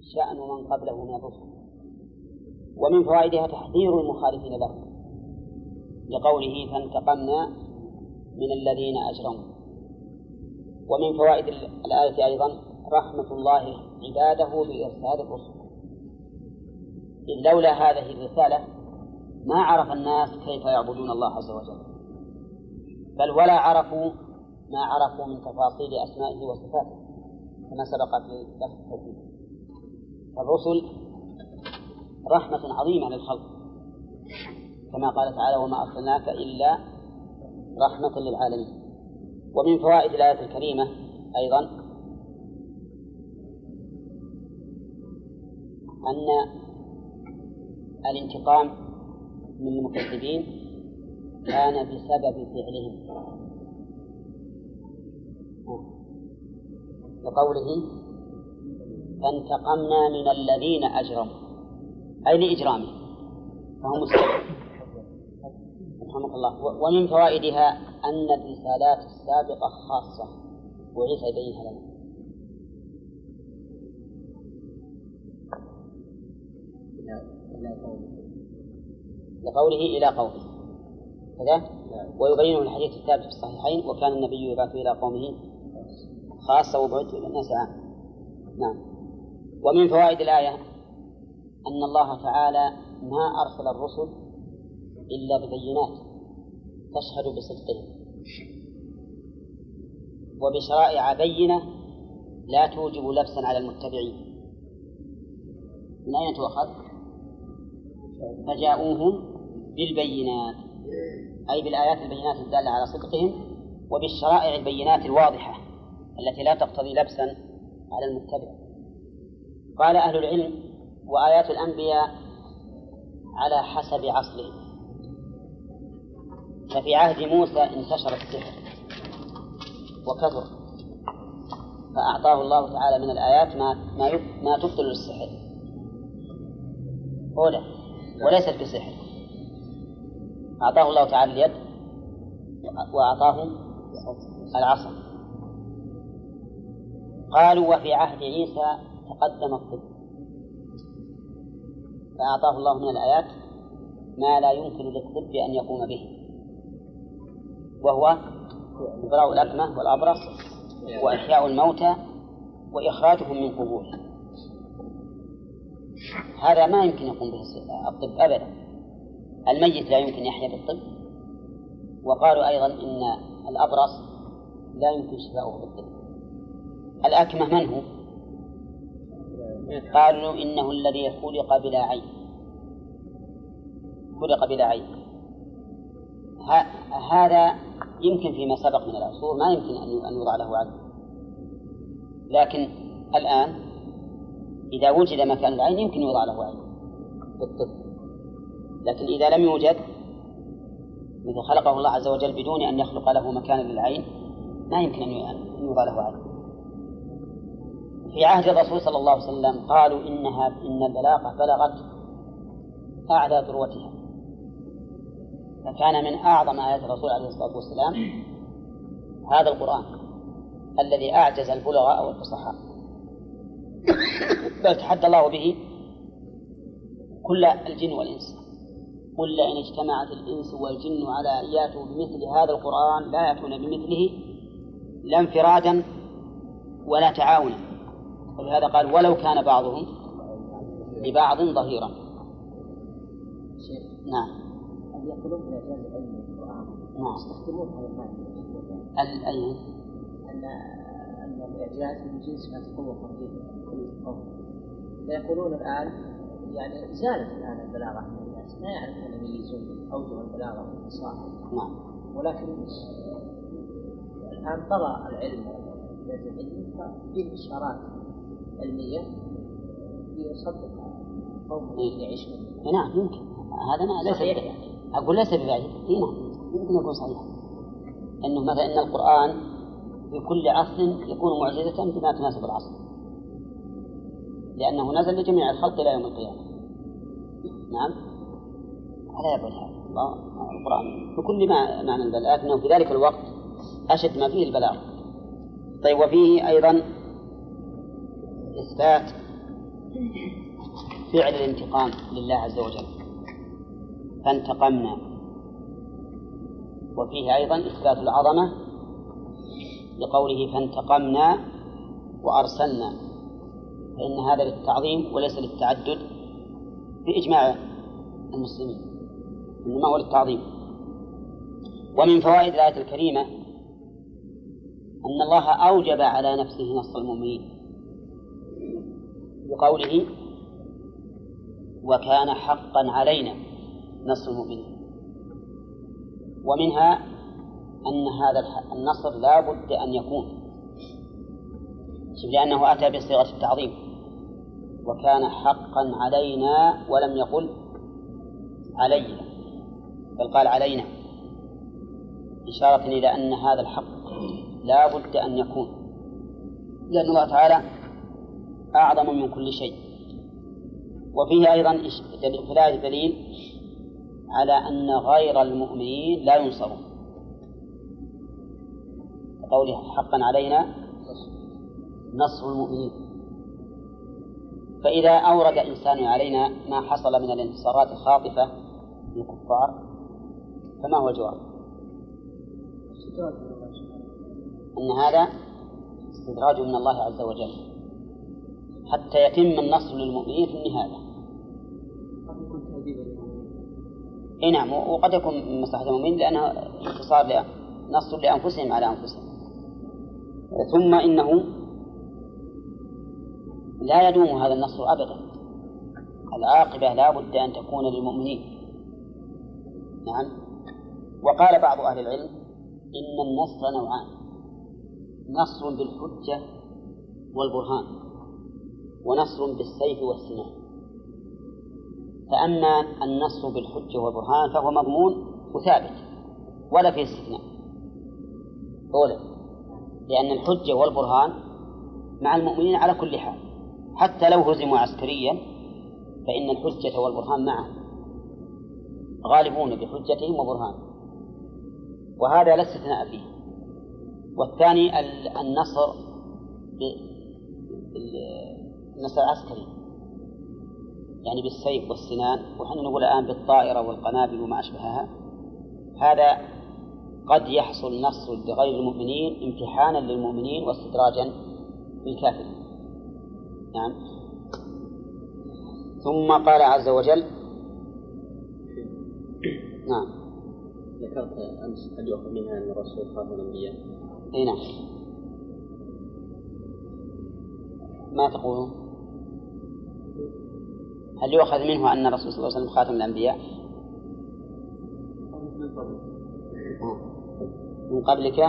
شأن من قبله من الرسل. ومن فوائدها تحذير المخالفين له لقوله فانتقمنا من الذين أجرموا. ومن فوائد الآية أيضا رحمة الله عباده بإرسال الرسل، إذ لولا هذه الرسالة ما عرف الناس كيف يعبدون الله عز وجل، بل ولا عرفوا ما عرفوا من تفاصيل أسمائه وصفاته كما سبق في درس التوحيد. فالرسل رحمة عظيمة للخلق كما قال تعالى وما أرسلناك إلا رحمة للعالمين. ومن فوائد الآية الكريمة أيضا أن الانتقام من المكذبين كان بسبب فعلهم، لقوله فانتقمنا من الذين أجرموا أي لإجرامهم فهم السبب. رحمك الله. ومن فوائدها أن الرسالات السابقة خاصة وعيسى يبينها لنا. لقوله إلى قومه كذا، ويبينه الحديث الثابت في الصحيحين وكان النبي يبعث إلى قومه خاصة وبعث إلى الناس عام. نعم. ومن فوائد الآية أن الله تعالى ما أرسل الرسل إلا ببينات تشهد بصدقهم وبشرائع بينة لا توجب لبسا على المتبعين. من أين تؤخذ؟ فجاءوهم بالبينات أي بالآيات البينات الدالة على صدقهم وبالشرائع البينات الواضحة التي لا تقتضي لبسا على المتبع. قال أهل العلم وآيات الأنبياء على حسب عصرهم، ففي عهد موسى انتشر السحر وكثر فأعطاه الله تعالى من الآيات ما تبطل السحر هدى وليست بسحر. أعطاه الله تعالى اليد وأعطاه العصا. قالوا وفي عهد عيسى تقدم الطب فأعطاه الله من الآيات ما لا يمكن للطب أن يقوم به، وهو إبراء الأكمة والأبرص وإحياء الموتى وإخراجهم من قبورهم. هذا ما يمكن يقوم به الطب أبدا، الميت لا يمكن يحيا بالطب. وقالوا أيضا إن الأبرص لا يمكن شفاؤه بالطب. الأكمة من هو؟ قالوا إنه الذي خلق بلا عين، خلق بلا عين. هذا يمكن فيما سبق من العصور ما يمكن أن يوضع له عين، لكن الآن إذا وجد مكان العين يمكن يوضع له عين بالطب. لكن إذا لم يوجد مثل خلقه الله عز وجل بدون أن يخلق له مكان للعين ما يمكن أن يوضع له عين. في عهد الرسول صلى الله عليه وسلم قالوا إن البلاغة بلغت أعلى ذروتها، فكان من أعظم آيات الرسول عليه الصلاة والسلام هذا القرآن الذي أعجز البلغاء والفصحاء، بل تحدى الله به كل الجن والإنس. قل لئن اجتمعت الإنس والجن على أن يأتوا بمثل هذا القرآن لا يأتون بمثله لا انفرادا ولا تعاونا. ولهذا قال ولو كان بعضهم لبعض ظهيرا. نعم. هل يقولون بإعجاز علم القرآن؟ نعم. يستخدمون هذا المعنى. أن الإعجاز من جنس ما تكون قضية كل قوم. فيقولون الآن يعني زالت الآن البلاغة من الناس لا يعرفون أن يميزون أوجه البلاغة والفصاحة. نعم. ولكن الآن طغى العلم ففيه إشارات علمية يصدق قوم يعيشون. نعم يمكن هذا ما ليس أقول ليس ببعيد. نعم يمكن يكون صحيح أنه مثلا إن القرآن في كل عصر يكون معجزة بما تناسب العصر، لأنه نزل لجميع الخلق إلى يوم القيامة. نعم هذا يقول هذا القرآن بكل معنى البلاغ، لكنه في ذلك الوقت أشد ما فيه البلاغ. طيب وفيه أيضا إثبات فعل الانتقام لله عز وجل فانتقمنا، وفيه أيضا إثبات العظمة لقوله فانتقمنا وأرسلنا، فإن هذا للتعظيم وليس للتعدد بإجماع المسلمين، إنما هو للتعظيم. ومن فوائد الآية الكريمة أن الله أوجب على نفسه نصر المؤمنين بقوله وكان حقا علينا نصر المؤمنين. ومنها أن هذا النصر لا بد أن يكون، لأنه أتى بصيغة التعظيم وكان حقا علينا ولم يقل علينا، بل قال علينا، إشارة إلى أن هذا الحق لا بد أن يكون، لأن الله تعالى أعظم من كل شيء. وفيه أيضا في الآية دليل على أن غير المؤمنين لا ينصرون، قوله حقا علينا نصر المؤمنين. فإذا أورد إنسان علينا ما حصل من الانتصارات الخاطفة للكفار فما هو الجواب؟ أن هذا استدراج من الله عز وجل حتى يتم النصر للمؤمنين في النهاية. إيه نعم، وقد يكون من مصلحة المؤمنين لأنه انتصار نصر لأنفسهم على أنفسهم. ثم إنه لا يدوم هذا النصر أبدا، العاقبة لا بد أن تكون للمؤمنين. نعم. وقال بعض أهل العلم إن النصر نوعان، نصر بالحجة والبرهان ونصر بالسيف والسنان. فأما النصر بالحجة والبرهان فهو مضمون وثابت ولا فيه استثناء أولا، لأن الحجة والبرهان مع المؤمنين على كل حال، حتى لو هزموا عسكريا فإن الحجة والبرهان معهم غالبون بحجتهم وبرهانهم، وهذا لا استثناء فيه. والثاني النصر العسكري، يعني بالسيف والسنان، ونحن نقول الآن بالطائرة والقنابل وما أشبهها. هذا قد يحصل نصر بغير المؤمنين امتحانا للمؤمنين واستدراجا للكافرين. نعم. ثم قال عز وجل نعم. ذكرت أمس هل يؤخذ منها أن الرسول خاتم الأنبياء؟ أي نعم. ما تقولون؟ هل يؤخذ منه أن الرسول صلى الله عليه وسلم خاتم الأنبياء؟ من قبلك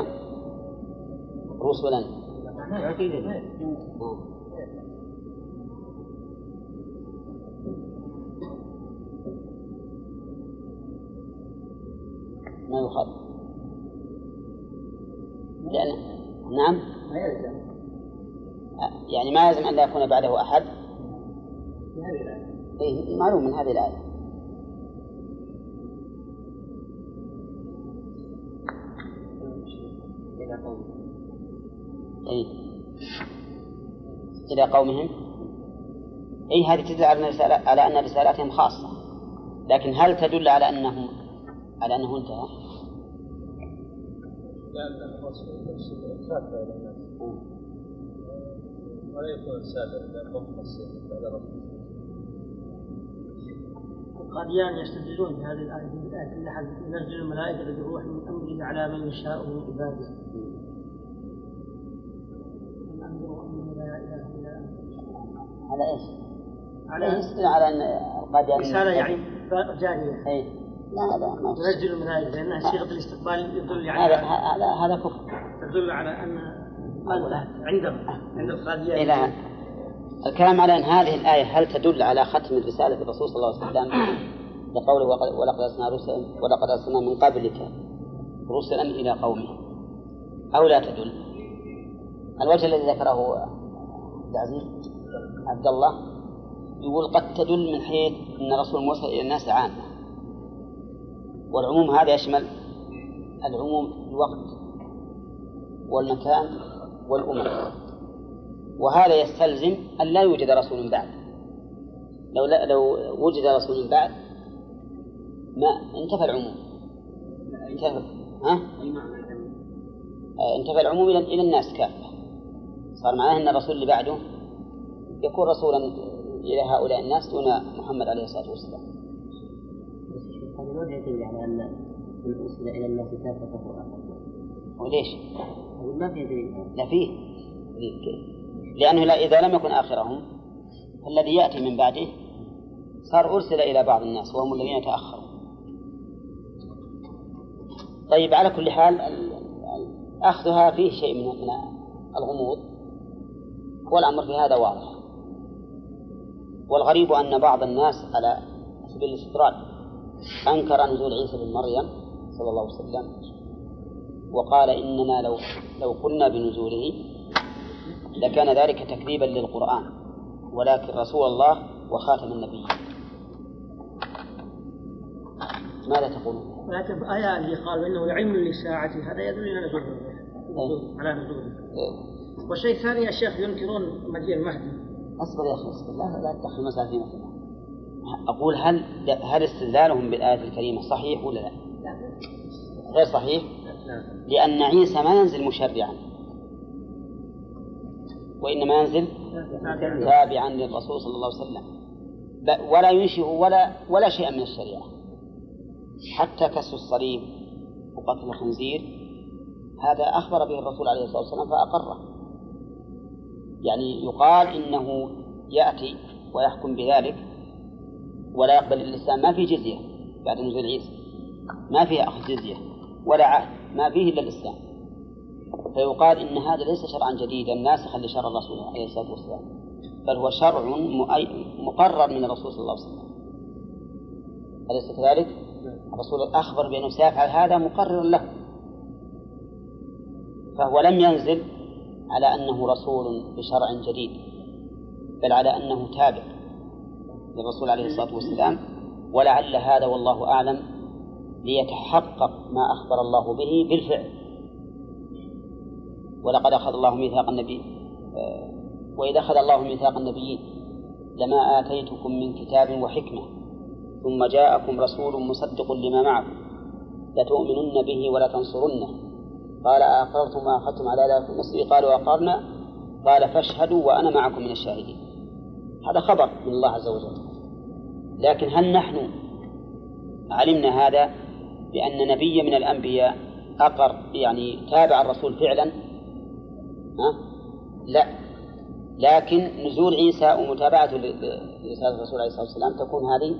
رسلا. ما يؤخذ لأن نعم يعني ما يلزم أن لا يكون بعده أحد. إيه معلوم من هذه الآية. إيه إلى قومهم. إيه هذه تدل على أن رسالاتهم خاصة، لكن هل تدل على أنه انتهى؟ لأن الرسول يرسل كافة إلى الناس ولا يكون رسالة إلى قوم خاصين بعد الرسول. القاديان يستدلون بهذه الآية اللي ينزل الملائكة بالروح من أمره على من يشاء من عباده. من أمره أنه لا إله إلا أنت. على إيش؟ على أن القاديان رسالة يعني جارية. أي لا هذا ما ينزل الملائكة لأنها صيغة الاستقبال يدل على هذا كفر، تدل على أن عند القاديان. إلى الكلام على أن هذه الآية هل تدل على ختم الرسالة الرسول صلى الله عليه وسلم لقوله ولقد أرسلنا من قبلك رسلا إلى قومه، أو لا تدل؟ الوجه الذي ذكره العزيز عبد الله يقول قد تدل من حيث أن الرسول موصل إلى الناس عامة، والعموم هذا يشمل العموم الوقت والمكان والأمر، وهذا يستلزم أن لا يوجد رسول بعد، لو وجد رسول من بعد ما انتفى العموم. انتفى العموم إلى الناس كافة. صار معناه أن الرسول اللي بعده يكون رسولا إلى هؤلاء الناس دون محمد عليه الصلاة والسلام. هذا ما يدل على أن من أرسل إلى الناس كافة فهو أفضل. وليش؟ ما في دليل. لا فيه. لأنه إذا لم يكن آخرهم الذي يأتي من بعده صار أرسل إلى بعض الناس وهم الذين تأخروا. طيب على كل حال أخذها فيه شيء من الغموض، والأمر في هذا واضح. والغريب أن بعض الناس على سبيل الاستطراد أنكر نزول عيسى بن مريم صلى الله عليه وسلم وقال إننا لو قلنا بنزوله لكان ذلك تكذيبا للقرآن، ولكن رسول الله وخاتم النبيين. ماذا تقولون؟ ولكن آية اللي قال إنه علم للساعة هذا يدل على نزوله على نزوله. والشيء الثاني يا شيخ ينكرون مجيء المهدي. أصبر يا أخي أصبر، لا تدخل المسألة في مثلها. أقول هل استدلالهم بالآية الكريمة صحيح ولا لا؟ غير صحيح، لأن عيسى ما ينزل مشرعا وإنما ينزل تابعا للرسول صلى الله عليه وسلم، ولا ينشئ ولا شيء من الشريعة، حتى كسر الصليب وقتل الخنزير هذا أخبر به الرسول عليه الصلاة والسلام فأقره. يعني يقال إنه يأتي ويحكم بذلك ولا يقبل الإسلام، ما في جزية بعد نزول عيسى، ما فيه أخذ جزية ولا عهد، ما فيه إلا الإسلام. فيقال إن هذا ليس شرعا جديدا ناسخا لشرع الرسول عليه الصلاة والسلام، بل هو شرع مقرر من الرسول صلى الله عليه وسلم. أليس كذلك؟ الرسول أخبر بأنه سيفعل هذا مقرر له، فهو لم ينزل على أنه رسول بشرع جديد، بل على أنه تابع للرسول عليه الصلاة والسلام. ولعل هذا والله أعلم ليتحقق ما أخبر الله به بالفعل. ولقد أخذ الله ميثاق النبي وإذا أخذ الله ميثاق النبيين لما آتيتكم من كتاب وحكمة ثم جاءكم رسول مصدق لما معكم لتؤمنن به ولا تنصرنه قال أقررتم وأخذتم على ذلك المصري قالوا أقررنا قال فاشهدوا وأنا معكم من الشاهدين. هذا خبر من الله عز وجل. لكن هل نحن علمنا هذا بأن نبي من الأنبياء يعني تابع الرسول فعلا؟ لا، لكن نزول عيسى ومتابعته لرسالة الرسول عليه الصلاة والسلام تكون هذه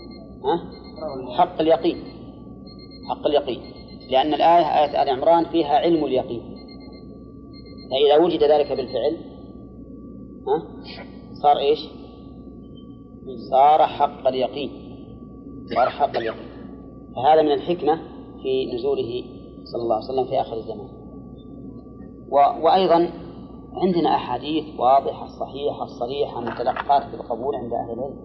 حق اليقين، حق اليقين، لأن الآية آية آل عمران فيها علم اليقين، فإذا وجد ذلك بالفعل صار إيش؟ صار حق اليقين، صار حق اليقين. فهذا من الحكمة في نزوله صلى الله عليه وسلم في آخر الزمان. وأيضا عندنا أحاديث واضحة صحيحة صريحة متلقاة بالقبول عند أهل العلم،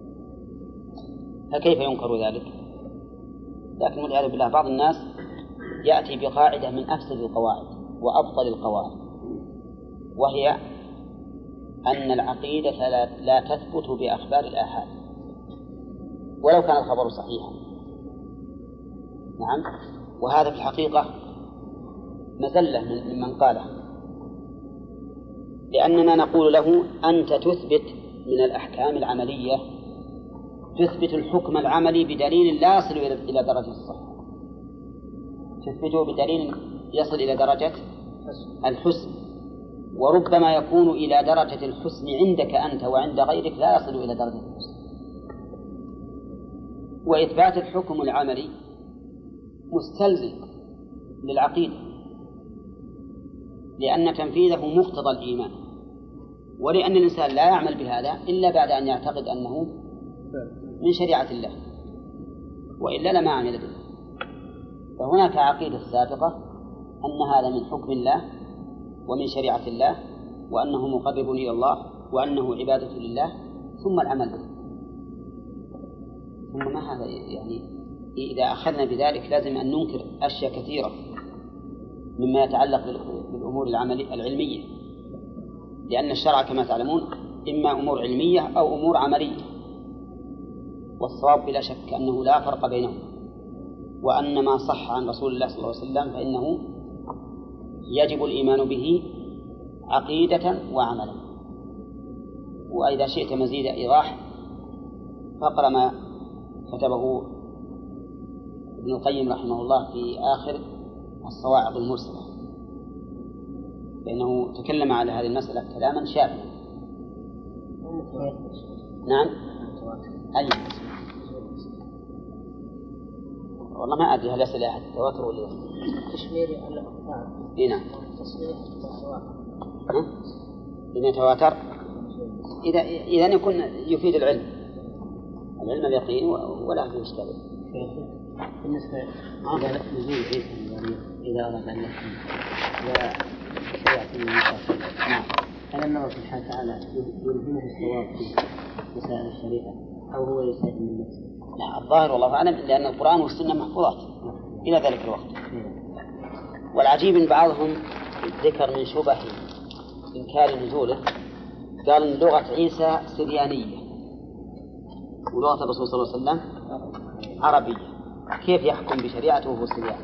فكيف ينكر ذلك؟ لكن والعياذ بالله بعض الناس يأتي بقاعدة من أفسد القواعد وأبطل القواعد، وهي أن العقيدة لا تثبت بأخبار الآحاد ولو كان الخبر صحيحا. نعم، وهذا في الحقيقة مزلة ممن قاله، لأننا نقول له أنت تثبت من الأحكام العملية، تثبت الحكم العملي بدليل لا يصل إلى درجة الصحة، تثبته بدليل يصل إلى درجة الحسن، وربما يكون إلى درجة الحسن عندك أنت وعند غيرك لا يصل إلى درجة الحسن. وإثبات الحكم العملي مستلزم للعقيدة، لأن تنفيذه مقتضى الإيمان، ولأن الإنسان لا يعمل بهذا إلا بعد أن يعتقد أنه من شريعة الله، وإلا لما عمل به. فهناك عقيدة سابقة أن هذا من حكم الله ومن شريعة الله، وأنه مقرب إلى الله، وأنه عبادة لله، ثم العمل به. ثم ما هذا يعني إذا أخذنا بذلك لازم أن ننكر أشياء كثيرة مما يتعلق بالأمور العلمية، لأن الشرع كما تعلمون إما أمور علمية أو أمور عملية. والصواب بلا شك أنه لا فرق بينهم، وأن ما صح عن رسول الله صلى الله عليه وسلم فإنه يجب الإيمان به عقيدة وعملا. وإذا شئت مزيد إيضاح فاقرأ ما كتبه ابن القيم رحمه الله في آخر الصواعق المرسلة، لأنه تكلم على هذه المسألة كلاما شافيا. نعم. أي والله ما أدري هل يصل أحد التواتر ولا تشميري على الأخبار. نعم. تصريح إن يتواتر إذا يكون يفيد العلم اليقين ولا في إشكال. بالنسبة إلى نزول عيسى المريض إذا أراد أن يحكم وشريعة المسافر، نعم، هل النظر سبحانه وتعالى يلهمه الصواب في مسائل الشريعة أو هو يساعد من نفسه؟ لا، الظاهر والله أعلم لأن القرآن والسنة محفوظات إلى ذلك الوقت. والعجيب إن بعضهم ذكر من شبه إنكار نزوله قال إن لغة عيسى سريانية ولغة الرسول صلى الله عليه وسلم عربية، كيف يحكم بشريعته وهو سرياني؟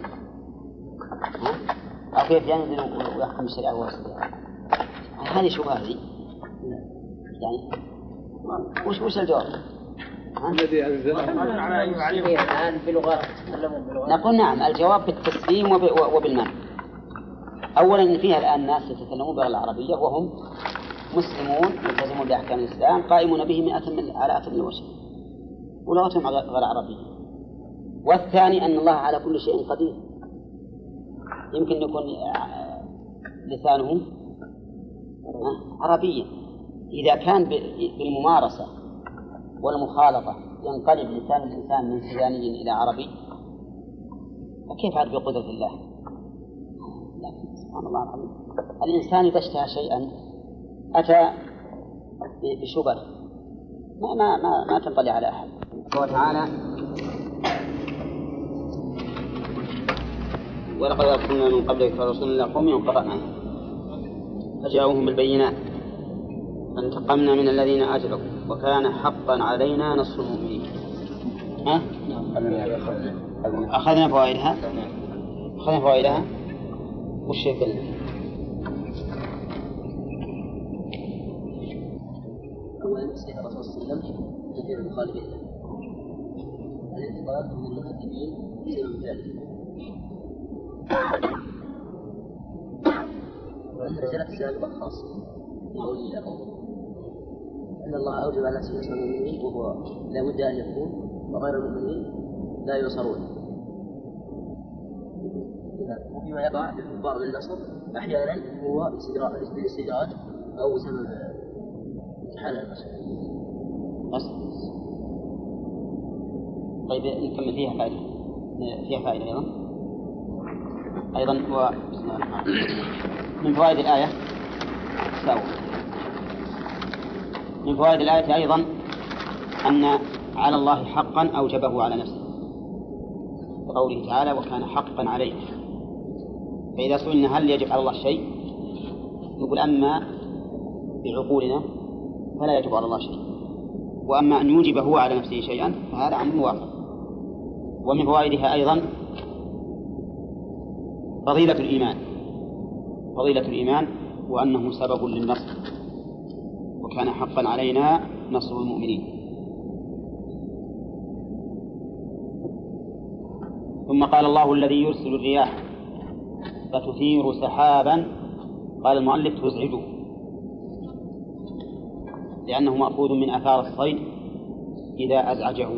أو كيف ينزل ويحكم بشريعته وهو سرياني؟ هذه شبهة هذه يعني وش الجواب؟ الذي أنزل الآن بلغات نقول نعم، الجواب بالتسليم وبالمنع. أولا إن فيها الآن ناس يتكلمون باللغة العربية وهم مسلمون يلتزمون بأحكام الإسلام قائمون به على أكمل وجه ولغتهم غير عربية. والثاني أن الله على كل شيء قدير، يمكن يكون لسانه عربيا، إذا كان بالممارسة والمخالطة ينقلب لسان الإنسان من سرياني إلى عربي، فكيف عاد بقدرة الله؟ سبحان الله العظيم. الإنسان إذا اشتهى شيئا أتى بشبه ما تنطلي على أحد. قال تعالى: ولقد أرسلنا من قبلك فرسلنا إلى قومهم قرأنا فجاءوهم بالبينات فانتقمنا من الذين أجرموا وكان حقا علينا نصر المؤمنين. أخذنا فوائدها وش يقول؟ أولا سيد الرسول صلى الله عليه وسلم كثير المخالفين الانتقاد من المكذبين بسبب ذلك، وأن الرسالة السابقة خاصة بقوله إلى قومه أن الله أوجب على نفسه المؤمنين وهو لا بد أن يكون، وغير المؤمنين لا ينصرون. وفيما يقع في الكفار من النصر أحيانا هو بالاستدراج أو بسبب امتحان النصر. طيب نكمل فيها فائدة أيضا هو من فوائد الآية من فوائد الآية أيضا أن على الله حقا أوجبه على نفسه بقوله تعالى: وكان حقا عليه. فإذا سئلنا هل يجب على الله شيء نقول أما بعقولنا فلا يجب على الله شيء، وأما أن يوجب هو على نفسه شيئا فهذا أمر واقع. ومن فوائدها أيضا فضيلة الإيمان وأنه سبب للنصر، وكان حقا علينا نصر المؤمنين. ثم قال: الله الذي يرسل الرياح فتثير سحابا، قال المؤلف تزعجه، لأنه مأخوذ من آثار الصيد إذا أزعجه.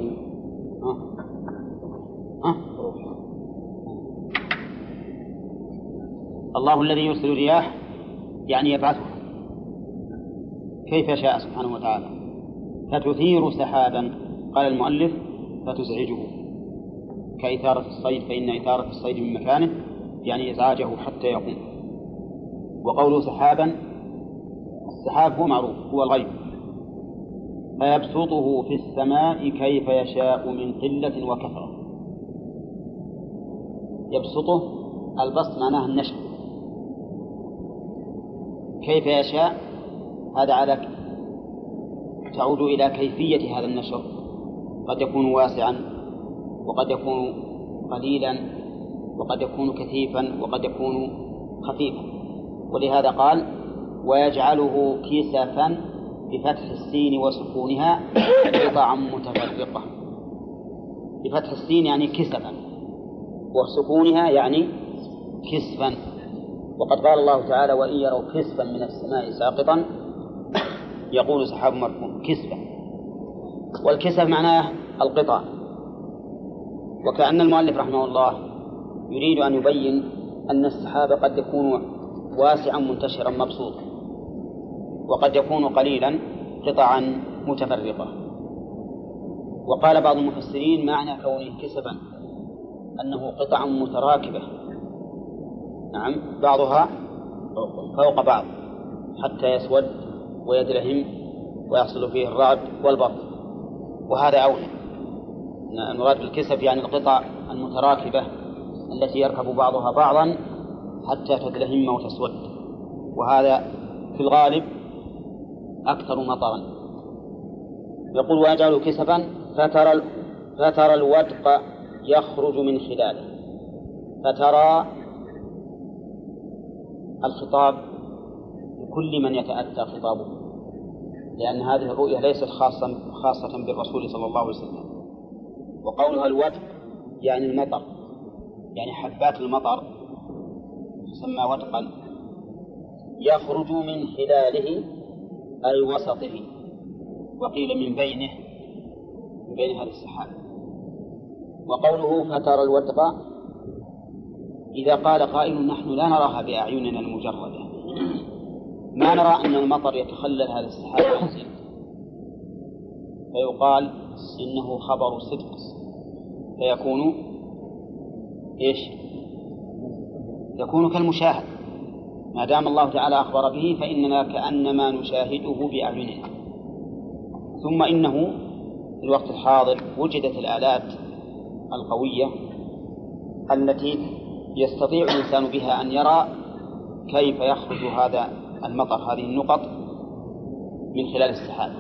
الله الذي يرسل الرياح يعني يبعثها كيف شاء سبحانه وتعالى. فتثير سحابا، قال المؤلف فتزعجه كإثارة الصيد، فإن إثارة الصيد من مكانه يعني إزعاجه حتى يقوم. وقوله سحابا، السحاب هو معروف هو الغيب، فيبسطه في السماء كيف يشاء من قلة وكثرة. يبسطه، البسط معناه النشر، كيف يشاء هذا على تعود إلى كيفية هذا النشر، قد يكون واسعا وقد يكون قليلا وقد يكون كثيفا وقد يكون خفيفا. ولهذا قال ويجعله كسفا بفتح السين وسكونها قطعا متفرقة. بفتح السين يعني كسفا وسكونها يعني كسفا. وقد قال الله تعالى وإن يروا كسفا من السماء ساقطا يقول سحاب مركوم كسفا. والكسف معناه القطع. وكأن المؤلف رحمه الله يريد أن يبين أن السحاب قد يكون واسعا منتشرا مبسوطا وقد يكون قليلا قطعا متفرقة. وقال بعض المفسرين معنى كونه كسفا أنه قطع متراكبة، نعم، بعضها فوق بعض حتى يسود ويدلهم ويحصل فيه الرعد والبرق، وهذا أولى. المراد بالكسف يعني القطع المتراكبة التي يركب بعضها بعضا حتى تدلهم وتسود، وهذا في الغالب أكثر مطرا. يقول ويجعل كسفا فترى الودق يخرج من خلاله. فترى الخطاب لكل من يتأتى خطابه، لأن هذه الرؤية ليست خاصة بالرسول صلى الله عليه وسلم. وقولها الودق يعني المطر، يعني حبات المطر تسمى ودقا. يخرج من خلاله أي وسطه، وقيل من بين هذا السحاب. وقوله فترى الودق إذا قال قائل نحن لا نراها بأعيننا المجردة، ما نرى أن المطر يتخلل هذا السحاب وينزل، فيقال إنه خبر صدق فيكون إيش؟ يكون كالمشاهد، ما دام الله تعالى أخبر به فإننا كأنما نشاهده بأعيننا. ثم إنه في الوقت الحاضر وجدت الآلات القوية التي يستطيع الإنسان بها أن يرى كيف يخرج هذا المطر، هذه النقط، من خلال السحاب.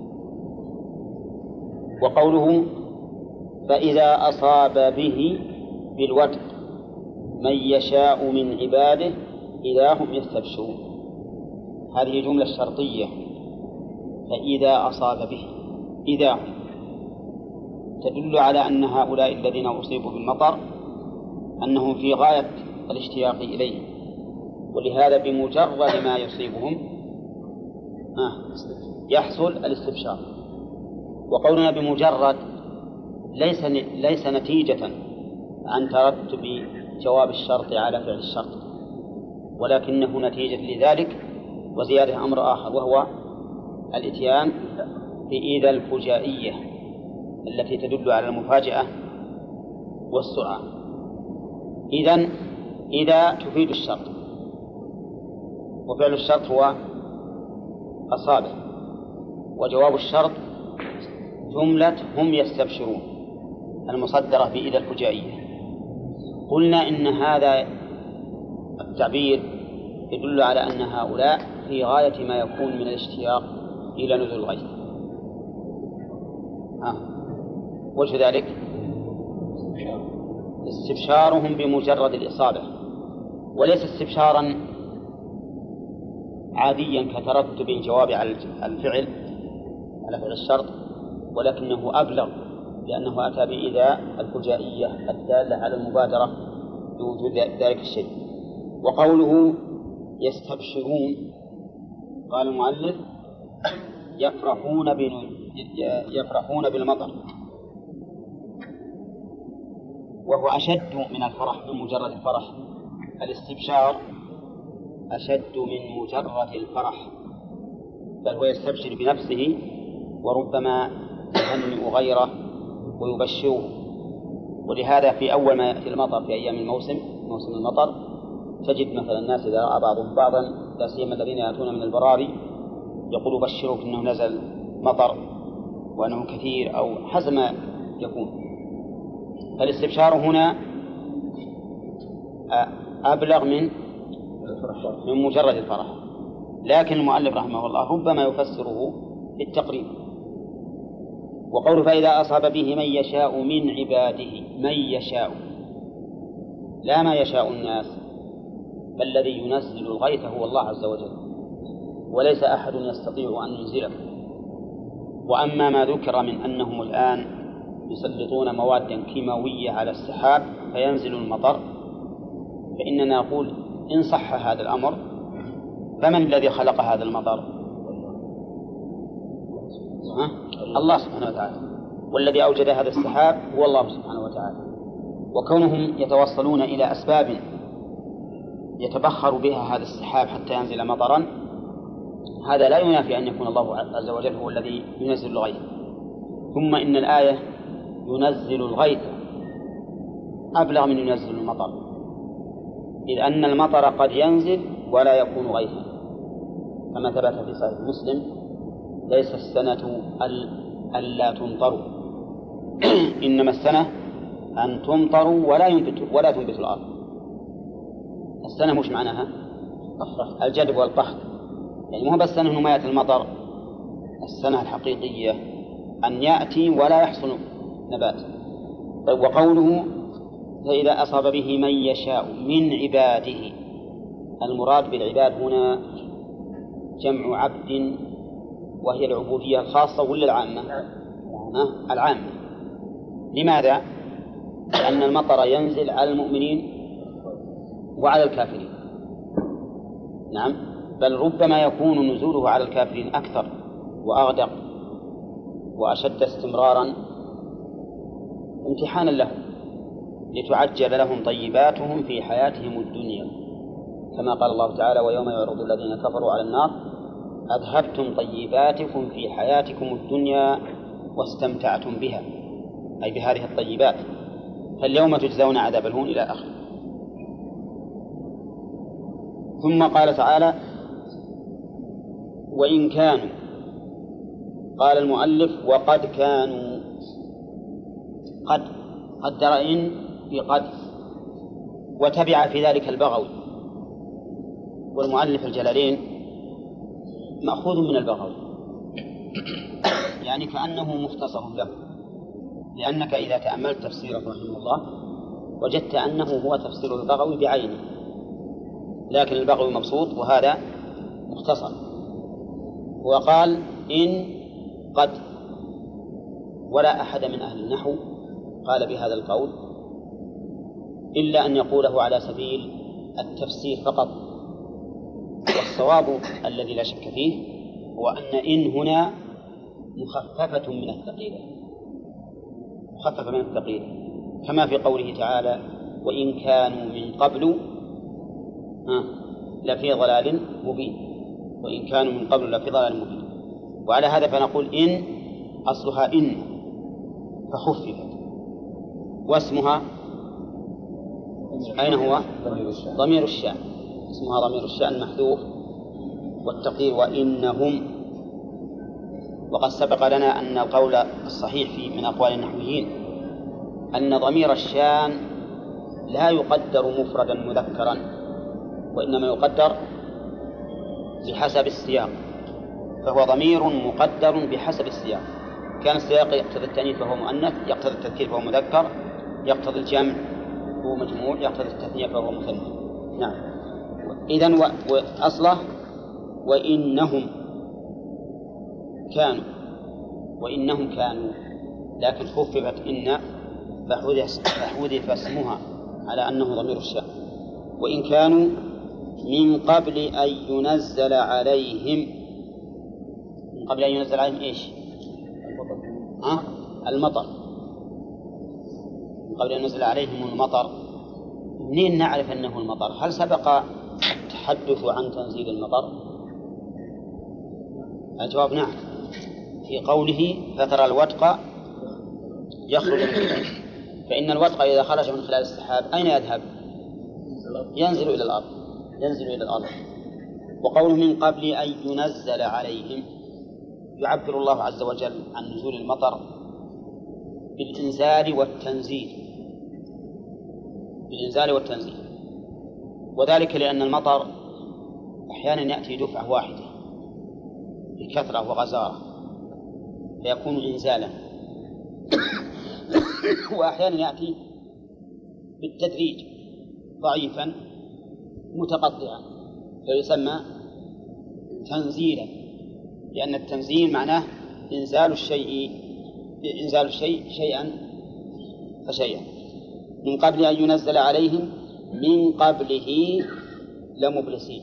وقوله فإذا أصاب به بالودق من يشاء من عباده إذا هم يستبشرون، هذه جملة شرطية. فإذا أصاب به إذا هم تدل على أن هؤلاء الذين أصيبوا بالمطر أنهم في غاية الاشتياق إليه، ولهذا بمجرد ما يصيبهم يحصل الاستبشار. وقولنا بمجرد ليس نتيجة عن ترتب جواب الشرط على فعل الشرط، ولكنه نتيجة لذلك وزيادة أمر آخر، وهو الإتيان بإذا الفجائية التي تدل على المفاجأة والسرعة. إذا تفيد الشرط، وفعل الشرط هو أصابه، وجواب الشرط جملة هم يستبشرون المصدرة بإذا الفجائية. قلنا إن هذا التعبير يدل على أن هؤلاء في غاية ما يكون من الاشتياق إلى نزول الغيث. وجه ذلك استبشارهم بمجرد الإصابة، وليس استبشارا عاديا كترتب الجواب على الفعل على فعل الشرط، ولكنه أبلغ لأنه أتى بإذا الفجائية الدالة على المبادرة بوجود ذلك الشيء. وقوله يستبشرون قال المؤلف يفرحون بالمطر، وهو أشد من الفرح من مجرد الفرح. الاستبشار أشد من مجرد الفرح، بل هو يستبشر بنفسه وربما يهنئ غيره ويبشره. ولهذا في أول ما يأتي المطر في أيام موسم المطر تجد مثلا الناس إذا رأى بعضهم بعضا لا سيما الذين يأتون من البراري يقول بشروك أنه نزل مطر وأنه كثير أو حسب ما يكون. فالاستبشار هنا أبلغ من مجرد الفرح، لكن المؤلف رحمه الله ربما يفسره بالتقريب، وقوله فإذا أصاب به من يشاء من عباده، من يشاء، لا ما يشاء الناس، بل الذي ينزل الغيث هو الله عز وجل، وليس أحد يستطيع أن ينزله. وأما ما ذكر من أنهم الآن يسلطون موادا كيماوية على السحاب فينزل المطر، فإننا نقول إن صح هذا الأمر فمن الذي خلق هذا المطر؟ الله سبحانه وتعالى، والذي أوجد هذا السحاب هو الله سبحانه وتعالى. وكونهم يتوصلون إلى أسباب يتبخر بها هذا السحاب حتى ينزل مطرا، هذا لا ينافي أن يكون الله عز وجل هو الذي ينزل الغيث. ثم إن الآية ينزل الغيث أبلغ من ينزل المطر، إذ أن المطر قد ينزل ولا يكون غيثا، كما ثبت في صحيح مسلم: ليس السنة ألا تمطروا إنما السنة أن تمطروا ولا تنبت الأرض. السنة مش معناها الجدب والقحط، يعني مو بس السنة إنه ما يأتي المطر، السنة الحقيقية أن يأتي ولا يحصل نبات. طيب، وقوله فإذا أصاب به من يشاء من عباده، المراد بالعباد هنا جمع عبد، وهي العبودية الخاصة ولا العامة؟ العامة. لماذا؟ لأن المطر ينزل على المؤمنين وعلى الكافرين. نعم، بل ربما يكون نزوله على الكافرين أكثر وأغدق وأشد استمرارا امتحانا لهم، لتعجل لهم طيباتهم في حياتهم الدنيا، كما قال الله تعالى: ويوم يعرض الذين كفروا على النار أذهبتم طيباتكم في حياتكم الدنيا واستمتعتم بها، أي بهذه الطيبات، فاليوم تجزون عذاب الهون إلى آخره. ثم قال تعالى: وإن كانوا، قال المؤلف: وقد كانوا، قد قدر إن بقد، وتبع في ذلك البغوي. والمؤلف الجلالين مأخوذ من البغوي، يعني كأنه مختصر له، لأنك إذا تأملت تفسيره رحمه الله وجدت أنه هو تفسير البغوي بعينه، لكن البغوي مبسوط وهذا مختصر. وقال: إن قد، ولا أحد من أهل النحو قال بهذا القول إلا أن يقوله على سبيل التفسير فقط. والصواب الذي لا شك فيه هو أن إن هنا مخففة من الثقيلة، مخففة من الثقيلة، كما في قوله تعالى: وإن كانوا من قبل لفي ضلال مبين، وإن كانوا من قبل لفي ضلال مبين. وعلى هذا فنقول إن أصلها إن فخففت، واسمها أين هو؟ ضمير الشأن، اسمها ضمير الشأن محذوف، والتقدير وإنهم. وقد سبق لنا أن القول الصحيح من أقوال النحويين أن ضمير الشأن لا يقدر مفردا مذكرا، وإنما يقدر بحسب السياق، فهو ضمير مقدر بحسب السياق. كان السياق يقتضي التأنيث فهو مؤنث، يقتضي التذكير فهو مذكر، يقتضي الجمع فهو مجموع، يقتضي التثنية فهو مثنى. نعم. إذن وأصله وإنهم كانوا، وإنهم كانوا، لكن خففت إن فحذف اسمها على أنه ضمير الشأن. وإن كانوا من قبل أن ينزل عليهم، من قبل أن ينزل عليهم إيش؟ المطر. من قبل أن ينزل عليهم المطر. منين نعرف أنه المطر؟ هل سبق التحدث عن تنزيل المطر؟ الجواب نعم، في قوله: فترى الودق يخرج من خلاله. فإن الودق إذا خرج من خلال السحاب أين يذهب؟ ينزل إلى الأرض، ينزل إلى الأرض. وقوله من قبل أن ينزل عليهم، يعبر الله عز وجل عن نزول المطر بالإنزال والتنزيل، بالإنزال والتنزيل، وذلك لأن المطر أحيانا يأتي دفعة واحدة بكثرة وغزارة فيكون إنزالا، وأحيانا يأتي بالتدريج ضعيفا متقطعا فيسمى تنزيلا، لأن التنزيل معناه إنزال الشيء شيئا فشيئا. من قبل أن ينزل عليهم من قبله لمبلسين.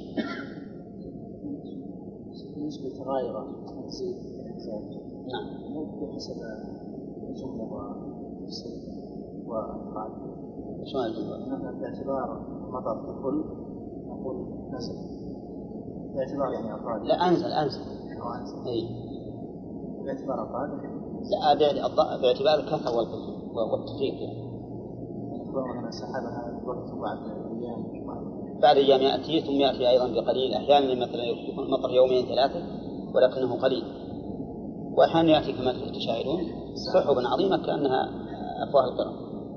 بالنسبة للتغاير تنزيل نعم. ممكن حسب الجملة والتفسير والأفعال. شلون الجملة؟ مثلا باعتبار مطر ككل نقول نزل، باعتبار يعني أفراد. لا أنزل. أي. باعتبار أفراد. لا باعتبار الكثرة والتفريق يعني. مثلا سحبها الوقت بعد أيام يأتي ثم يأتي أيضا بقليل. أحيانا مثلا يكون المطر يومين 3 ولكنه قليل، وأحيانا يأتي كما تشاهدون سحبا عظيمة كأنها أفواه القرى.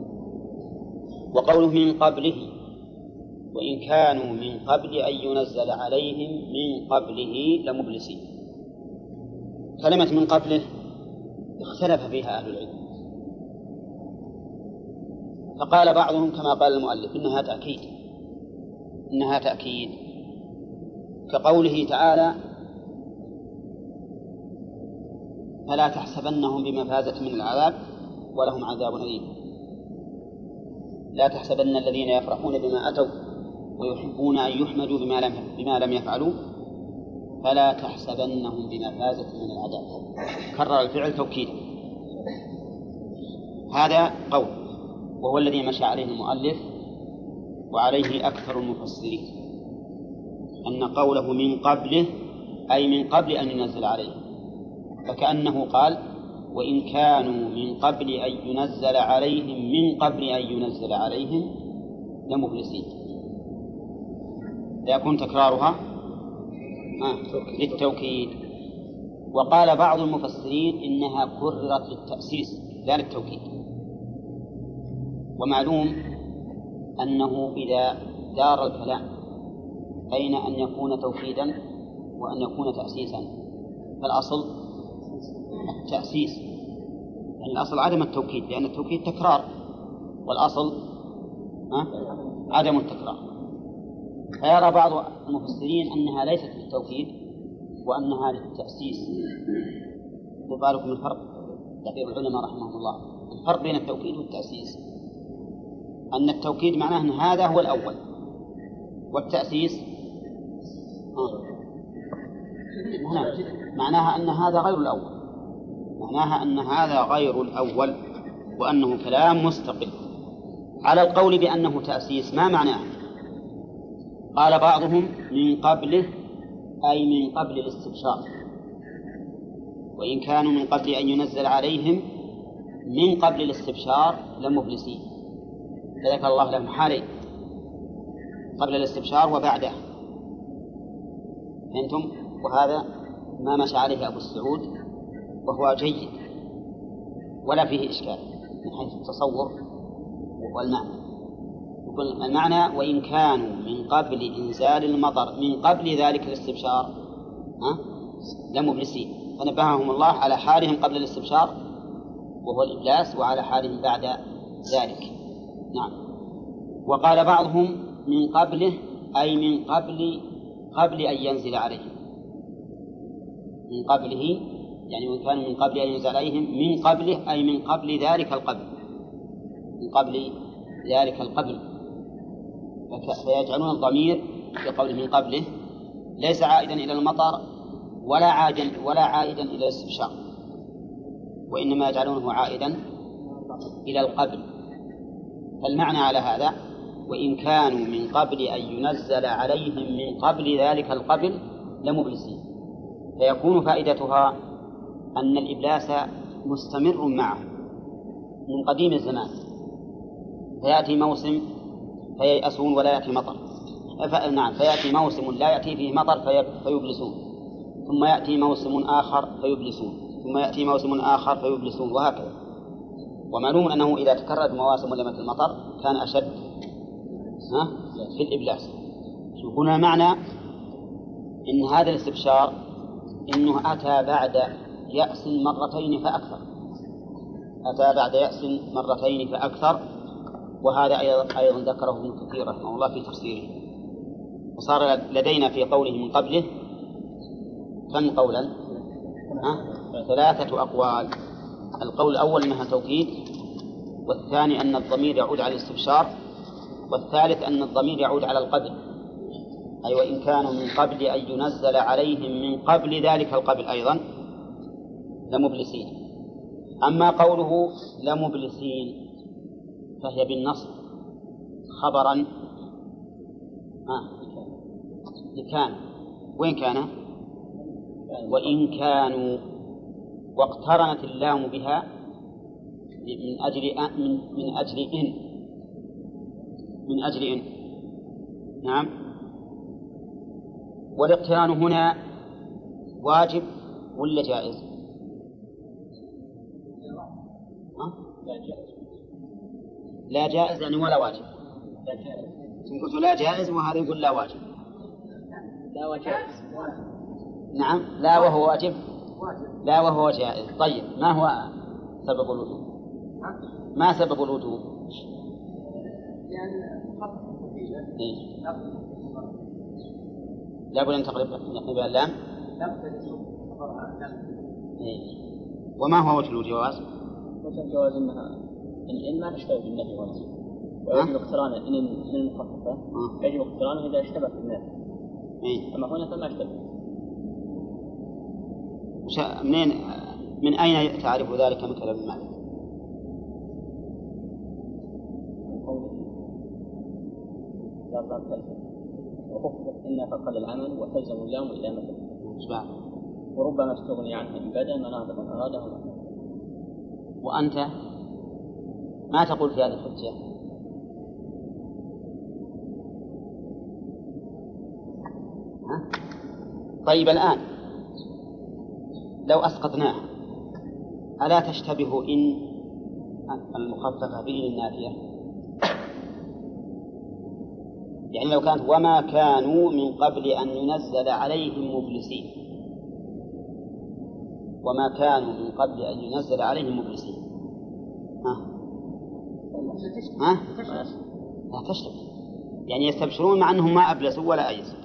وقوله من قبله وإن كانوا من قبل أن ينزل عليهم من قبله لمبلسين. كلمة من قبله اختلف فيها أهل العلم، فقال بعضهم كما قال المؤلف إنها تأكيد كقوله تعالى فلا تحسبنهم بمفازة من العذاب ولهم عذاب أليم. لا تحسبن الذين يفرحون بما أتوا ويحبون أن يحمدوا بما لم يفعلوا فلا تحسبنهم بمفازة من العذاب. كرر الفعل توكيدا. هذا قول وهو الذي مشى عليه المؤلف وعليه أكثر المفسرين، أن قوله من قبله أي من قبل أن ينزل عليه، فكأنه قال وإن كانوا من قبل أن ينزل عليهم من قبل أن ينزل عليهم لمبلسين، ليكون تكرارها للتوكيد. وقال بعض المفسرين إنها كررت للتأسيس لا للتوكيد. ومعلوم أنه إذا دار الكلام بين أن يكون توكيدا وأن يكون تأسيسا فالأصل التأسيس، يعني الأصل عدم التوكيد، لأن التوكيد تكرار والأصل عدم التكرار. فيرى بعض المفسرين أنها ليست للتوكيد وأنها للتأسيس. وبالكم الفرق تقرير العلماء رحمهم الله، الفرق بين التوكيد والتأسيس أن التوكيد معناه أن هذا هو الأول، والتأسيس معناها أن هذا غير الأول، معناها أن هذا غير الأول وأنه كلام مستقل. على القول بأنه تأسيس ما معناه؟ قال بعضهم من قبله أي من قبل الاستبشار، وإن كانوا من قبل أن ينزل عليهم من قبل الاستبشار لمبلسين، فذكر الله لهم حالين قبل الاستبشار وبعده. فهمتم؟ وهذا ما مشى عليه أبو السعود وهو جيد ولا فيه إشكال من حيث التصور والمعنى. المعنى وإن كانوا من قبل إنزال المطر من قبل ذلك الاستبشار لمبلسين، فنبههم الله على حالهم قبل الاستبشار وهو الإبلاس وعلى حالهم بعد ذلك. نعم. وقال بعضهم من قبله أي من قبل أن ينزل عليهم، من قبله يعني وإن كانوا من قبل أن ينزل عليهم من قبله أي من قبل ذلك القبل، من قبل ذلك القبل. فيجعلون الضمير في قوله من قبله ليس عائدا إلى المطر ولا عائدا إلى الاستبشار، وإنما يجعلونه عائدا إلى القبل. فالمعنى على هذا وإن كانوا من قبل أن ينزل عليهم من قبل ذلك القبل لمبلسين، فيكون فائدتها أن الإبلاس مستمر معه من قديم الزمان، فيأتي موسم فييأسون ولا يأتي مطر، نعم فيأتي موسم لا يأتي فيه مطر فيبلسون، ثم يأتي موسم آخر فيبلسون، ثم يأتي موسم آخر فيبلسون، وهكذا. ومعلوم أنه إذا تكررت مواسم لمة المطر كان أشد في الإبلاس. هنا معنى إن هذا الاستبشار إنه أتى بعد يأس مرتين فأكثر، أتى بعد يأس مرتين فأكثر، وهذا أيضا ذكره ابن كثير رحمه الله في تفسيره. وصار لدينا في قوله من قبله كم قولا؟ 3 أقوال. القول الأول أنها توكيد، والثاني أن الضمير يعود على الاستبشار، والثالث أن الضمير يعود على القبل، أي وإن كانوا من قبل أن ينزل عليهم من قبل ذلك القبل أيضا لمبلسين. أما قوله لمبلسين فهي بالنصب خبرا لكان، وين كان؟ وإن كانوا، واقترنت اللام بها من أجل إن. نعم. والاقتران هنا واجب ولا جائز؟ لا جائز يعني ولا واجب. قلت لا جائز وهذا يقول لا واجب. لا وجائز. نعم. لا وهو واجب، لا وهو جائز. طيب ما هو سبب الوجوب؟ ما سبب الوجوب؟ لا بد أن تقلب اللام. وما هو وجه الجواز؟ وجه الجواز أنها إن ما تشتبه بالنفي والنصب، ويجب اقتران إن المخففة يجب اقترانه إذا اشتبه بالنفي. أما هنا فما اشتبه. من أين تعرف ذلك من كلام مالك؟ وخفت إن فقد العمل وتلزم اللام إلى مثل، وربما استغني عنه إن بدا مناطق أراده. وأنت ما تقول في هذه الحجة؟ طيب الآن لو أسقطناه ألا تشتبه إن المخففة بإن النافية؟ يعني لو كانت وما كانوا من قبل أن ينزل عليهم مبلسين، وما كانوا من قبل أن ينزل عليهم مبلسين، لا تشتبه، يعني يستبشرون مع أنهم ما أبلسوا ولا أيسوا.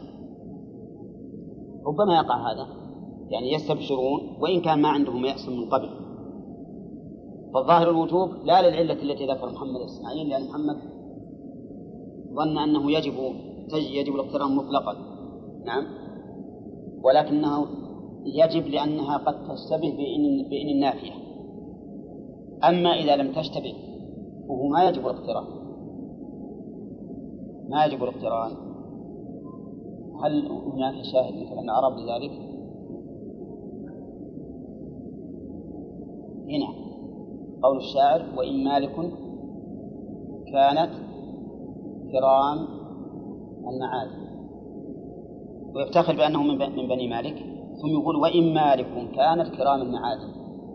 ربما يقع هذا، يعني يستبشرون وإن كان ما عندهم يأس من قبل. فالظاهر الوجوب لا للعلة التي ذكر محمد الإسماعيلي، لأن محمد ظن أنه يجب الاقتران مطلقا. نعم. ولكنه يجب لأنها قد تشتبه بإن النافية. أما إذا لم تشتبه فهو ما يجب الاقتران، ما يجب الاقتران. هل هناك شاهد من كلام العرب لذلك؟ هنا قول الشاعر وإن مالك كانت كرام المعادي، ويفتخر بأنه من بني مالك، ثم يقول وإن مالك كانت كرام المعادي.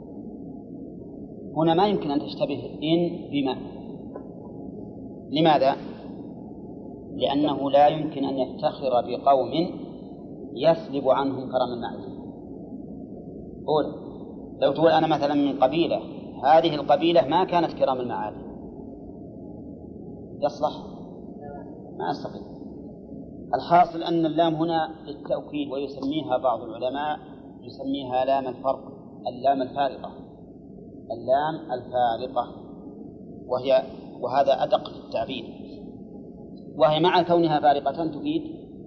هنا ما يمكن أن تشتبه إن بما. لماذا؟ لأنه لا يمكن أن يفتخر بقوم يسلب عنهم كرم المعادي. لو تقول أنا مثلا من قبيلة، هذه القبيلة ما كانت كرام المعادي، يصلح؟ ما أستطيع. الحاصل أن اللام هنا للتأكيد، ويسميها بعض العلماء يسميها لام الفرق، اللام الفارقة، اللام الفارقة، وهذا أدق في التعبير. وهي مع كونها فارقة تفيد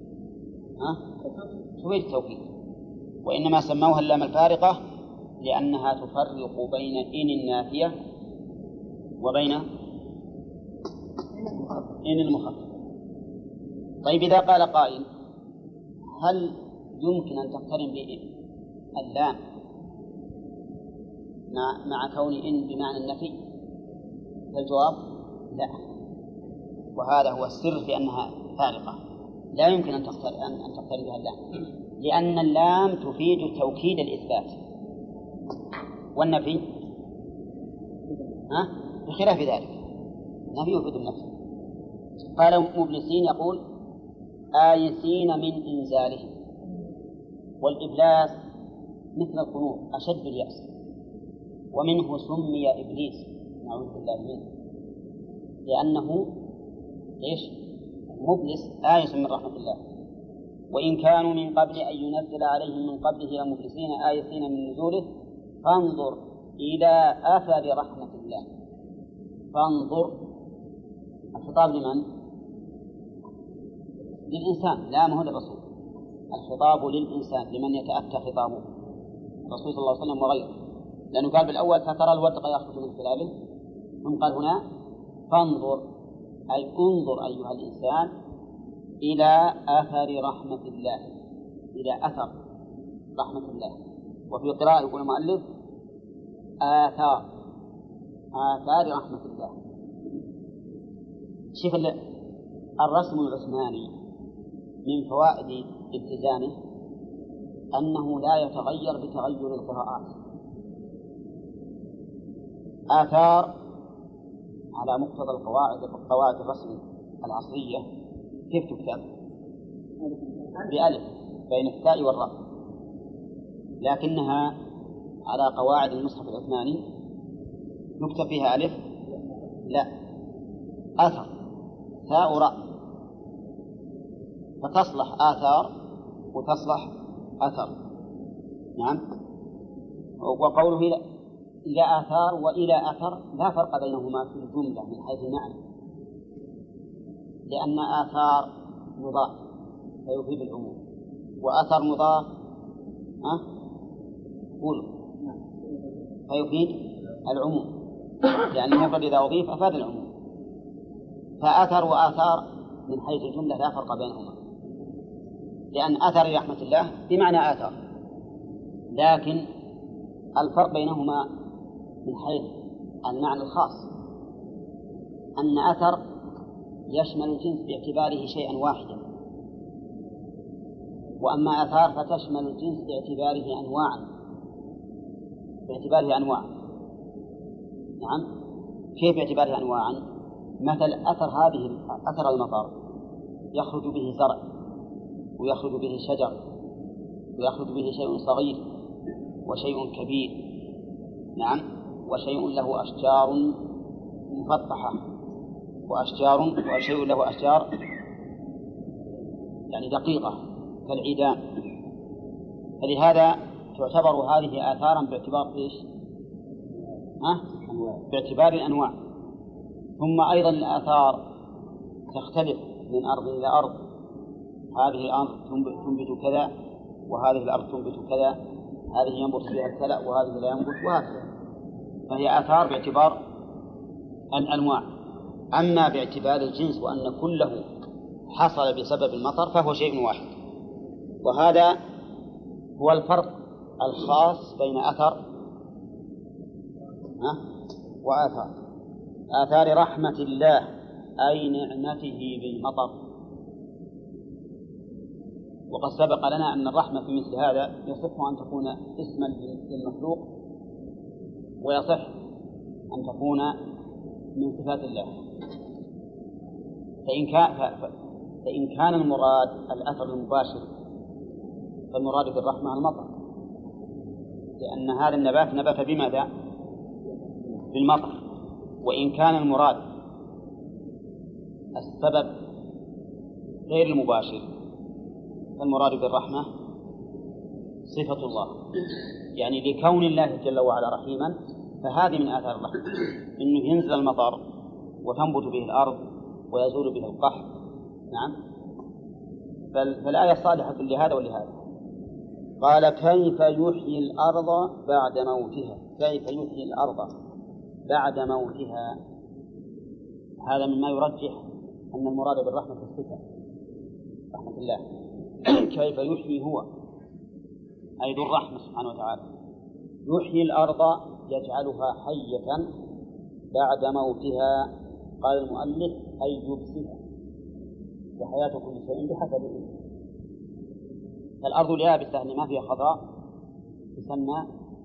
التوكيد، وإنما سموها اللام الفارقة لأنها تفرق بين إن النافية وبين إن المخففة. طيب إذا قال قائل هل يمكن أن تقترن باللام مع كون إن بمعنى النفي؟ فالجواب لا، وهذا هو السر في أنها فارقة، لا يمكن أن تقترن بها اللام، لأن اللام تفيد توكيد الإثبات، والنفي بخلاف ذلك، النفي يفيد النفي. قال مبلسين يقول آيسين من إنزاله، والإبلاس مثل القنوط أشد اليأس، ومنه سمي إبليس نعوذ بالله منه لأنه إيش؟ مبلس آيس من رحمة الله. وإن كانوا من قبل أن ينزل عليهم من قبله مبلسين آيسين من نزوله فانظر إلى أثر رحمة الله. فانظر الخطاب لمن؟ للإنسان، لا ما هو للرسول. الخطاب للإنسان لمن يتأتى خطابه الرسول صلى الله عليه وسلم وغيره، لأنه قال بالأول فترى الودق يخرج من خلاله، ثم قال هنا فانظر أي انظر أيها الإنسان إلى أثر رحمة الله، إلى أثر رحمة الله. وفي قراءة يقول المؤلف آثار رحمة الله. شوف الرسم العثماني من فوائد التزامه أنه لا يتغير بتغير القراءات. آثار على مقتضى قواعد الرسم العصرية كيف تكتب؟ بألف بين التاء والراء، لكنها على قواعد المصحف العثماني نكتب فيها ألف لا أثر تاء وراء، فتصلح آثار وتصلح أثر. نعم. وقوله إلى آثار وإلى أثر لا فرق بينهما في الجملة من حيث المعنى، لأن آثار مضاف فيفيد العموم، وأثر مضاف فيفيد العموم، يعني المفرد إذا أضيف أفاد العموم. فأثر وآثار من حيث الجملة لا فرق بينهما، لأن أثر رحمة الله بمعنى آثار، لكن الفرق بينهما من حيث المعنى الخاص أن أثر يشمل الجنس باعتباره شيئا واحدا، وأما آثار فتشمل الجنس باعتباره أنواعا. نعم. كيف باعتباره أنواعا؟ مثل أثر المطر يخرج به زرع ويخرج به شجر ويخرج به شيء صغير وشيء كبير. نعم. وشيء له أشجار مفطحة وشيء له أشجار يعني دقيقة كالعيدان. فلهذا تعتبر هذه آثارا باعتبار إيش؟ باعتبار الأنواع. ثم أيضا الآثار تختلف من أرض إلى أرض، هذه الأرض تنبت كذا وهذه الأرض تنبت كذا، هذه ينبت فيها الكلأ وهذه لا ينبت، وهكذا. فهي آثار باعتبار الأنواع. أما باعتبار الجنس وأن كله حصل بسبب المطر فهو شيء واحد. وهذا هو الفرق الخاص بين أثر آثار رحمة الله أي نعمته بالمطر. وقد سبق لنا أن الرحمة في مثل هذا يصح أن تكون اسما للمخلوق ويصح أن تكون من صفات الله. فإن كان المراد الأثر المباشر فالمراد بالرحمة المطر، لأن هذا النبات نبت بماذا؟ بالمطر. وإن كان المراد السبب غير المباشر فالمراد بالرحمة صفة الله، يعني لكون الله جل وعلا رحيما فهذه من آثار الرحمة، إنه ينزل المطر وتنبت به الأرض ويزول به القحط. نعم. فالآية صالحة لهذا ولهذا. قال كيف يحيي الأرض بعد موتها. كيف يحيي الأرض بعد موتها، هذا مما يرجح أن المراد بالرحمة الصفة رحمة الله. كيف يحيي هو أي ذو الرحمة سبحانه وتعالى، يحيي الأرض يجعلها حية بعد موتها. قال المؤلف أي يبسها، وحياة كل شيء بحسبه. فالأرض اليابسة اللي ما فيها خضراء تسمى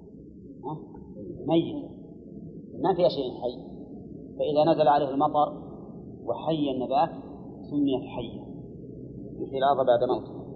ميت، ما فيها شيء حي، فإذا نزل عليه المطر وحي النبات سميت حية، يحيي الأرض بعد موتها.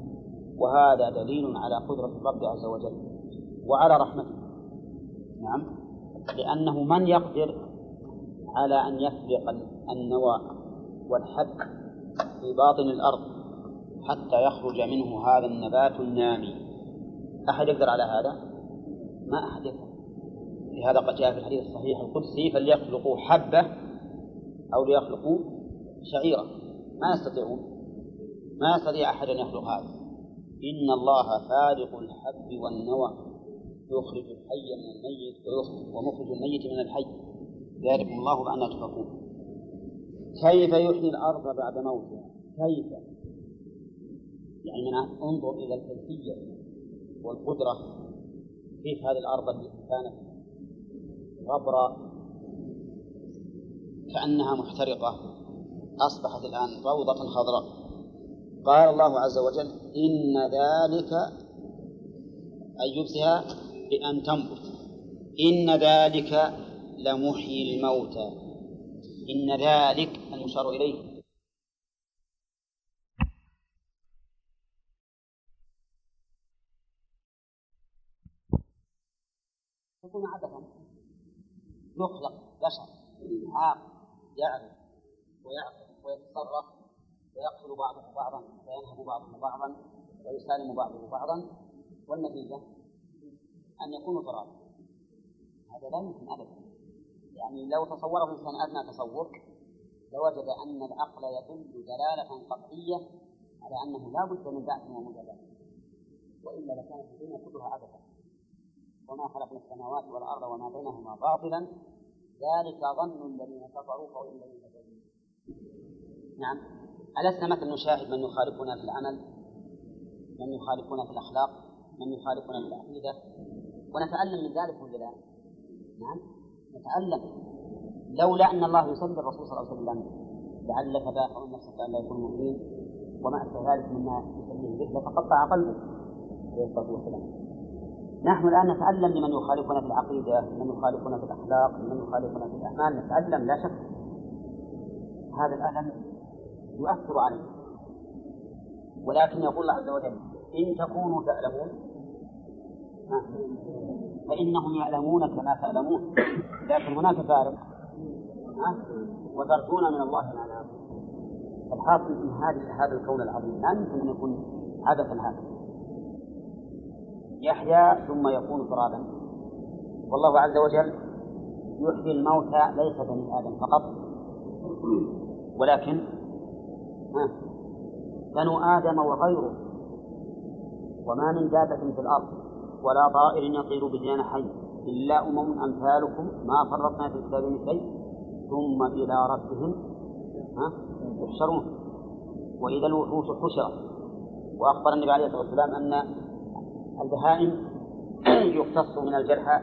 وهذا دليل على قدرة الرب عز وجل وعلى رحمته. نعم. لأنه من يقدر على أن يفرق النوى والحب في باطن الأرض حتى يخرج منه هذا النبات النامي؟ أحد يقدر على هذا؟ ما أحد يقدر. لهذا قد جاء في الحديث الصحيح القدسي: فليخلقوا حبة أو ليخلقوا شعيرة. ما يستطيعون، ما يستطيع أحد أن يخلق هذا. إن الله فالق الحب والنوى يخرج الحي من الميت ومخرج الميت من الحي ذلكم الله بأننا تفكون. كيف يحيي الأرض بعد موتها؟ كيف يعني من انظر إلى الكيفية والقدرة. كيف هذه الأرض التي كانت غبرة كأنها محترقة أصبحت الآن روضة خضراء. قال الله عز وجل: إن ذلك أي يبسها بأن تنبت، إن ذلك لمحيي الموتى. إن ذلك المشار إليه يكون عبثا. يخلق بشر عاقل يعرف ويعقل ويتصرف ويقتل بعضه بعضا وينهب بعضه بعضا ويسالم بعضه بعضا، والنتيجة أن يكونوا ترابا. هذا لا يمكن أبدا. يعني لو تصوره الإنسان أدنى تصور لوجد أن العقل يدل دلالة قطعية على أنه لا بد من بعث ومجازات، وإلا لكانت الدنيا كلها عبثا. وما خلقنا السماوات والأرض وما بينهما باطلا ذلك ظن الذين كفروا فويل للذين كفروا. نعم، ألسنا مثلا نشاهد من يخالفنا في العمل، من يخالفنا في الأخلاق، من يخالفنا في العقيدة، ونتعلم من ذلك ولا لا؟ نعم نتعلم. لولا أن الله يسلم الرسول صلى الله عليه وسلم لعلك باخع نفسك أن لا يكون مؤمنين وما أشبه ذلك مما يسلم به لتقطع قلبه عليه الصلاة والسلام. نحن الآن نتعلم لمن يخالفنا في العقيدة، من يخالفنا في الأخلاق، من يخالفنا في الأعمال، نتعلم لا شك. هذا الألم يؤثر عليه، ولكن يقول الله عز وجل: إن تكونوا تعلمون فإنهم يعلمون كما تعلمون، لكن هناك فارق وترجون من الله ما لا يرجون. فالحاصل من هذا الكون العظيم لا يمكن أن يكون عبثا هكذا. يحيا ثم يكون ترابا. والله عز وجل يحيي الموتى ليس بني آدم فقط، ولكن بنو آدم وغيره. وما من دابة في الأرض ولا طائر يطير بجناحين إلا أمم أمثالكم ما فرطنا في الكتاب من شيء ثم إلى ربهم يحشرون. وإذا الوحوش حشرت. وأخبر النبي عليه الصلاة والسلام أن البهائم يقتص من الجرحى،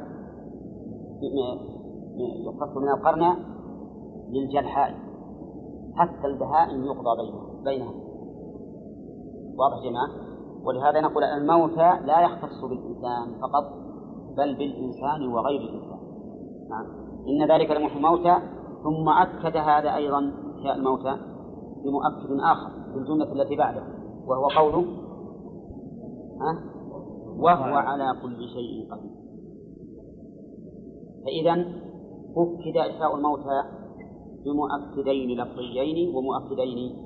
يقتص من القرن للجرحاء، حتى البهائم يقضى بينهم. واضح جماعة؟ ولهذا نقول الموتى لا يختص بالإنسان فقط بل بالإنسان وغير الإنسان. نعم. إن ذلك لمحيي الموتى. ثم أكد هذا أيضا إحياء الموتى بمؤكد آخر في الجملة التي بعده، وهو قوله وهو على كل شيء قدير. فإذا أكد إحياء الموتى بمؤكدين لفظيين ومؤكدين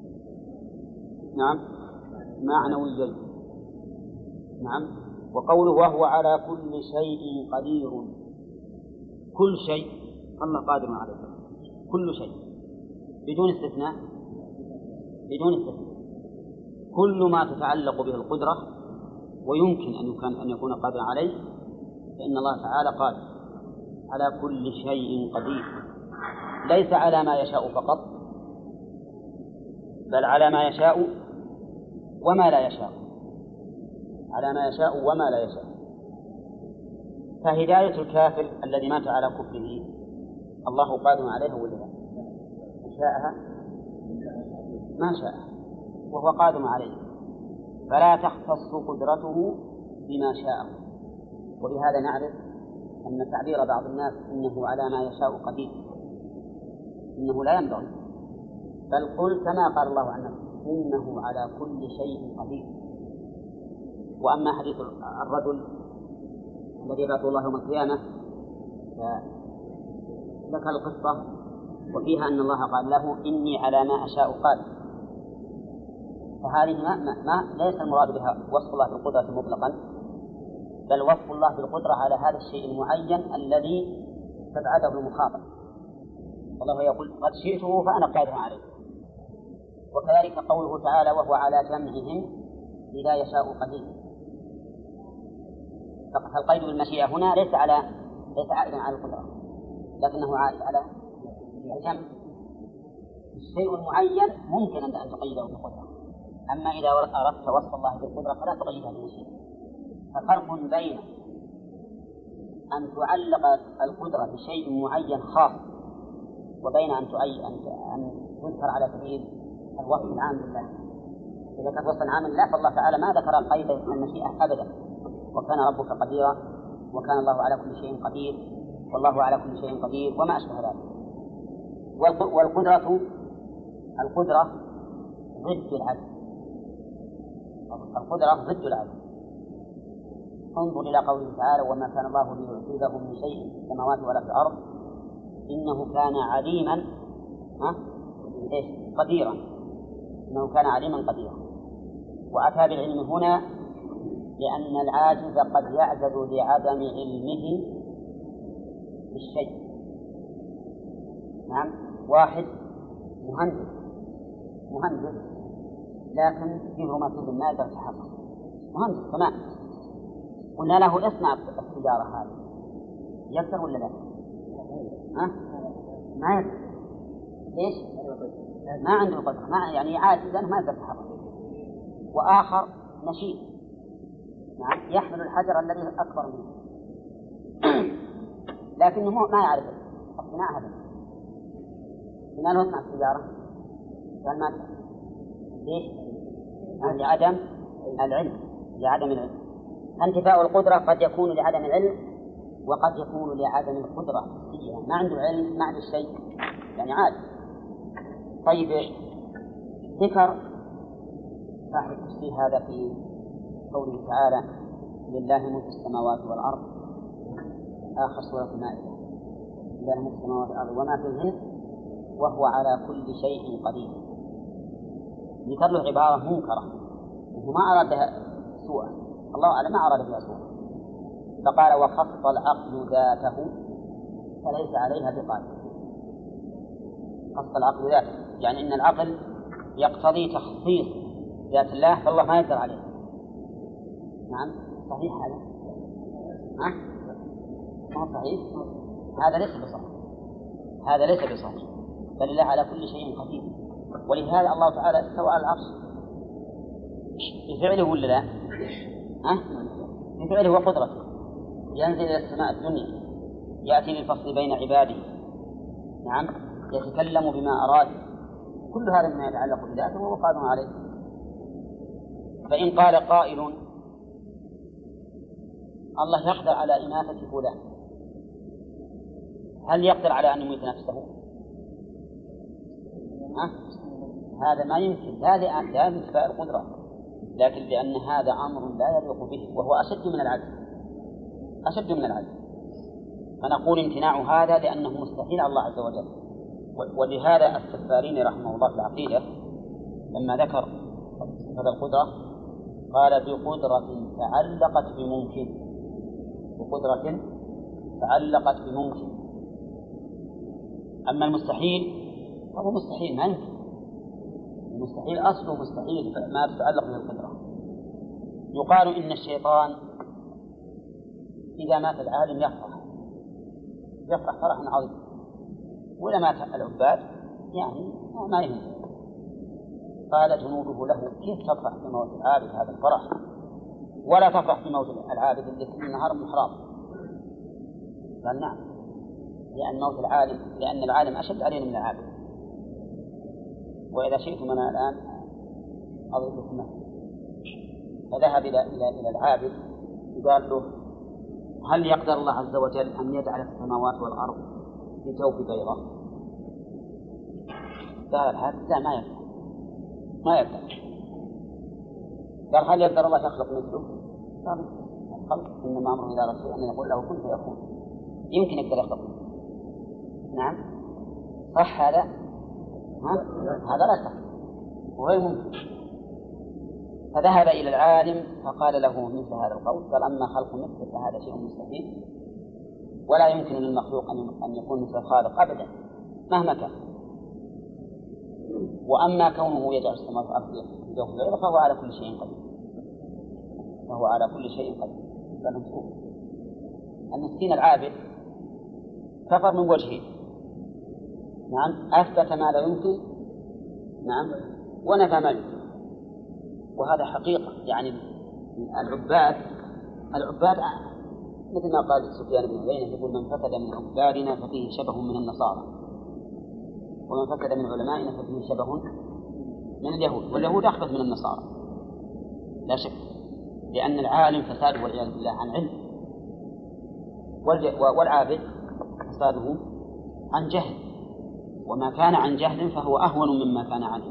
نعم معنويين. نعم. وقوله وهو على كل شيء قدير، كل شيء الله قادر عليه، كل شيء بدون استثناء، بدون استثناء. كل ما تتعلق به القدرة ويمكن أن يكون قادرا عليه فإن الله تعالى قادر على كل شيء قدير، ليس على ما يشاء فقط بل على ما يشاء وما لا يشاء، على ما يشاء وما لا يشاء. فهداية الكافر الذي مات على كفره الله قادر عليها ولا لا؟ شاءها ما شاء وهو قادر عليه، فلا تختص قدرته بما شاء. وبهذا نعرف أن تعبير بعض الناس إنه على ما يشاء قدير إنه لا ينبغي، بل قل كما قال الله عنه إنه على كل شيء قدير. وأما حديث الرجل الذي يبعث الله يوم القيامة ذكر القصة وفيها أن الله قال له إني على ما أشاء قادر، فهذه ما ليس المراد بها وصف الله بالقدرة مطلقا، بل وصف الله بالقدرة على هذا الشيء المعين الذي تبعده المخاطب. والله يقول قد شئته فأنا قادر عليه. وكذلك قوله تعالى وهو على جمعهم إذا يشاء قدير. فالقيد بالمشيئة هنا ليس عائدا على القدرة، لكنه عائد على الجمع. الشيء المعين ممكن أن تقيده بالقدرة، أما إذا أردت وصف الله بالقدرة فلا تقيده بالمشيئة. ففرق بين أن تعلق القدرة بشيء معين خاص وبين أن تذكر على سبيل الوصف العام لله. إذا كان وصفا عاما لله فالله تعالى ما ذكر القيد المشيئة أبدا، وكان ربك قديرا وكان الله على كل شيء قدير والله على كل شيء قدير وما أشبه ذلك. القدرة ضد العدل. القدرة ضد العدل. انظر إلى قوله تعالى وما كان الله ليعجزه من شيء في السماوات ولا في الأرض إنه كان عليما قديرا. إنه كان عليما قديرا. وأتى بالعلم هنا لأن العاجز قد يعجز لعدم علمه بالشيء. نعم، واحد مهندس لكن في روماتيزم ما يقدر يتحقق، مهندس تمام، قلنا له اصنع السيارة هذه، يقدر ولا لا؟ ما يقدر. ليش؟ ما عنده قدرة، يعني عاجز لأنه ما يقدر يتحرك. وآخر نشيط، نعم، يحمل الحجر الذي أكبر منه لكنه ما يعرف الصناعة هذا. قلنا له اصنع السيارة قال ما تعرف. ليش؟ لعدم العلم. انتفاء القدرة قد يكون لعدم العلم وقد يكون لعدم القدرة، ما عنده علم ما عنده شيء، يعني عاد. طيب، ذكر صاحب التفسير هذا في قوله تعالى لله ملك السماوات والأرض، آخر سورة المائدة، لله ملك السماوات والأرض وما فيهن وهو على كل شيء قدير. ذكر له عبارة منكرة وهو ما أراد بها سوءا، الله أعلم ما أراد بها سوءا، فقال وخص العقل ذاته فليس عليها بقادر. خص العقل ذاته يعني إن العقل يقتضي تخصيص ذات الله فالله ما يقدر عليه. نعم، صحيح هذا؟ ما صحيح؟ هذا ليس بصحيح، بل الله على كل شيء قدير. ولهذا الله تعالى استوى على العرش بفعله ولا لا؟ بفعله وقدرته. ينزل إلى السماء الدنيا، يأتي للفصل بين عباده، نعم، يتكلم بما أراد، كل هذا مما يتعلق بذاته وهو قادر عليه. فإن قال قائل الله يقدر على إماتة فلان، هل يقدر على أن يميت نفسه؟ هذا ما يمكن، لا لانتفاء القدرة، لكن لأن هذا أمر لا يليق به وهو أشد من العجز. فنقول امتناع هذا لأنه مستحيل على الله عز وجل. ولهذا السفاريني رحمه الله في العقيدة لما ذكر هذا القدرة قال بقدرة تعلقت بممكن. أما المستحيل فهو مستحيل، ما يمكن. المستحيل أصله مستحيل ما تتعلق به القدرة. يقال إن الشيطان إذا مات العالم يفرح فرحا عظيما، وإذا مات العباد يعني ما يهم. قال جنوده له كيف تفرح بموت العابد هذا الفرح ولا تفرح بموت العابد اللي كل نهار محراب؟ قال نعم، لأن العالم أشد علينا من العابد. وإذا شئتم أنا الآن أضربكم مثلا. فذهب إلى العابد وقال له هل يقدر الله عز وجل أن يجعل السماوات والأرض في جوف بيضة؟ قال العابد لا، ما يقدر. قال هل يقدر الله يخلق مثله؟ قال الخلق إنما أمره إذا رسول أن يقول له كن فيكون. يمكن يقدر يخطب. نعم صح هذا؟ هذا لا صح وغير ممكن. فذهب إلى العالم فقال له مثل هذا القول، قال أما خلق مثل فهذا شيء مستحيل، ولا يمكن للمخلوق أن يكون مثل الخالق أبدا مهما كان. وأما كونه يجعل السماء في الأرض يوم الليل فهو على كل شيء قدير، فهو على كل شيء قدير. المسكين العابد كفر من وجهه، نعم أثبت ما لا يمكن، نعم ونفى ما يمكن، وهذا حقيقة. يعني العباد مثل ما قال سفيان بن عيينة يقول من فسد من عبادنا ففيه شبه من النصارى، ومن فسد من علمائنا ففيه شبه من اليهود، واليهود أخبث من النصارى لا شك، لأن العالم فساده والعياذ بالله عن علم، والعابد فساده عن جهل، وما كان عن جهل فهو أهون مما كان عنه.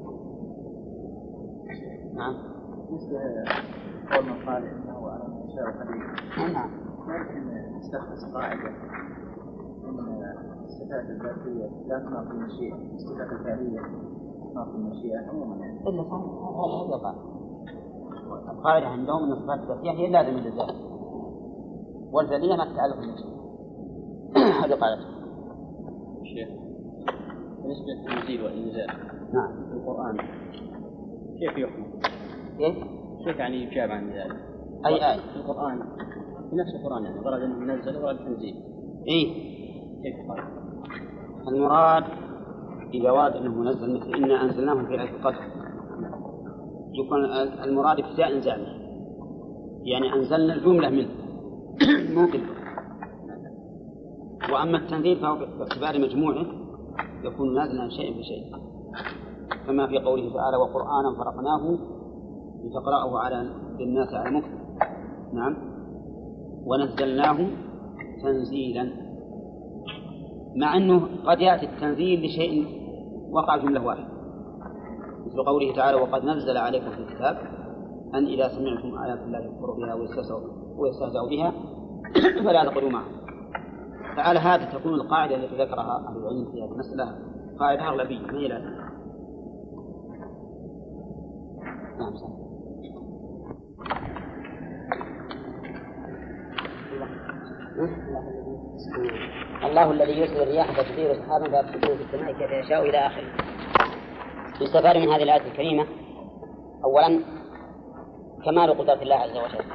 نعم. مثل قول من قال إنه على ما يشاء قدير. نعم. ممكن نستخلص قاعدة من الصفات الذاتية لا تناقض المشيئة، الصفات الفعلية تناقض المشيئة عموما يعني. إلا صحيح هذا قال القاعدة عندهم أن الصفات الذاتية هي اللازمة للذات، والفعلية ما تتعلق بالمشيئة. هذه قاعدة. شيخ بالنسبة للتنزيل والإنزال نعم في القرآن كيف يحكم؟ كيف يعني يجاب عن ذلك؟ أي آية في القرآن في نفس القرآن يعني ورد أنه منزل ورد تنزيل. كيف قال؟ المراد إذا ورد أنه منزل مثل إنا أنزلناه في ليلة القدر يكون المراد ابتداء إنزاله، يعني أنزلنا الجملة منه ممكن. وأما التنزيل فهو باعتبار مجموعه يكون نازلا شيء بشيء، كما في قوله تعالى وقرآنا فرقناه لتقرأه على الناس على مكث. نعم. ونزلناه تنزيلا، مع أنه قد يأتي التنزيل لشيء وقع جملة واحدة، مثل قوله تعالى وقد نزل عليكم في الكتاب أن إذا سمعتم آيات الله يكفر بها ويستهزأ بها فلا تقولوا معه. فعلى هذا تكون القاعدة التي ذكرها أهل العلم في هذه المسألة قاعدة أغلبية ما هي لازمة. نعم صحيح. الله الذي يرسل الرياح فتثير سحابا فيبسطه في السماء كيف يشاء إلى آخره. يستفاد من هذه الآية الكريمة أولا كمال قدرة الله عز وجل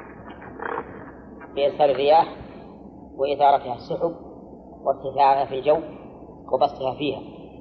بإرسال الرياح وإثارتها السحب وارتفاعها في الجو وبسطها فيها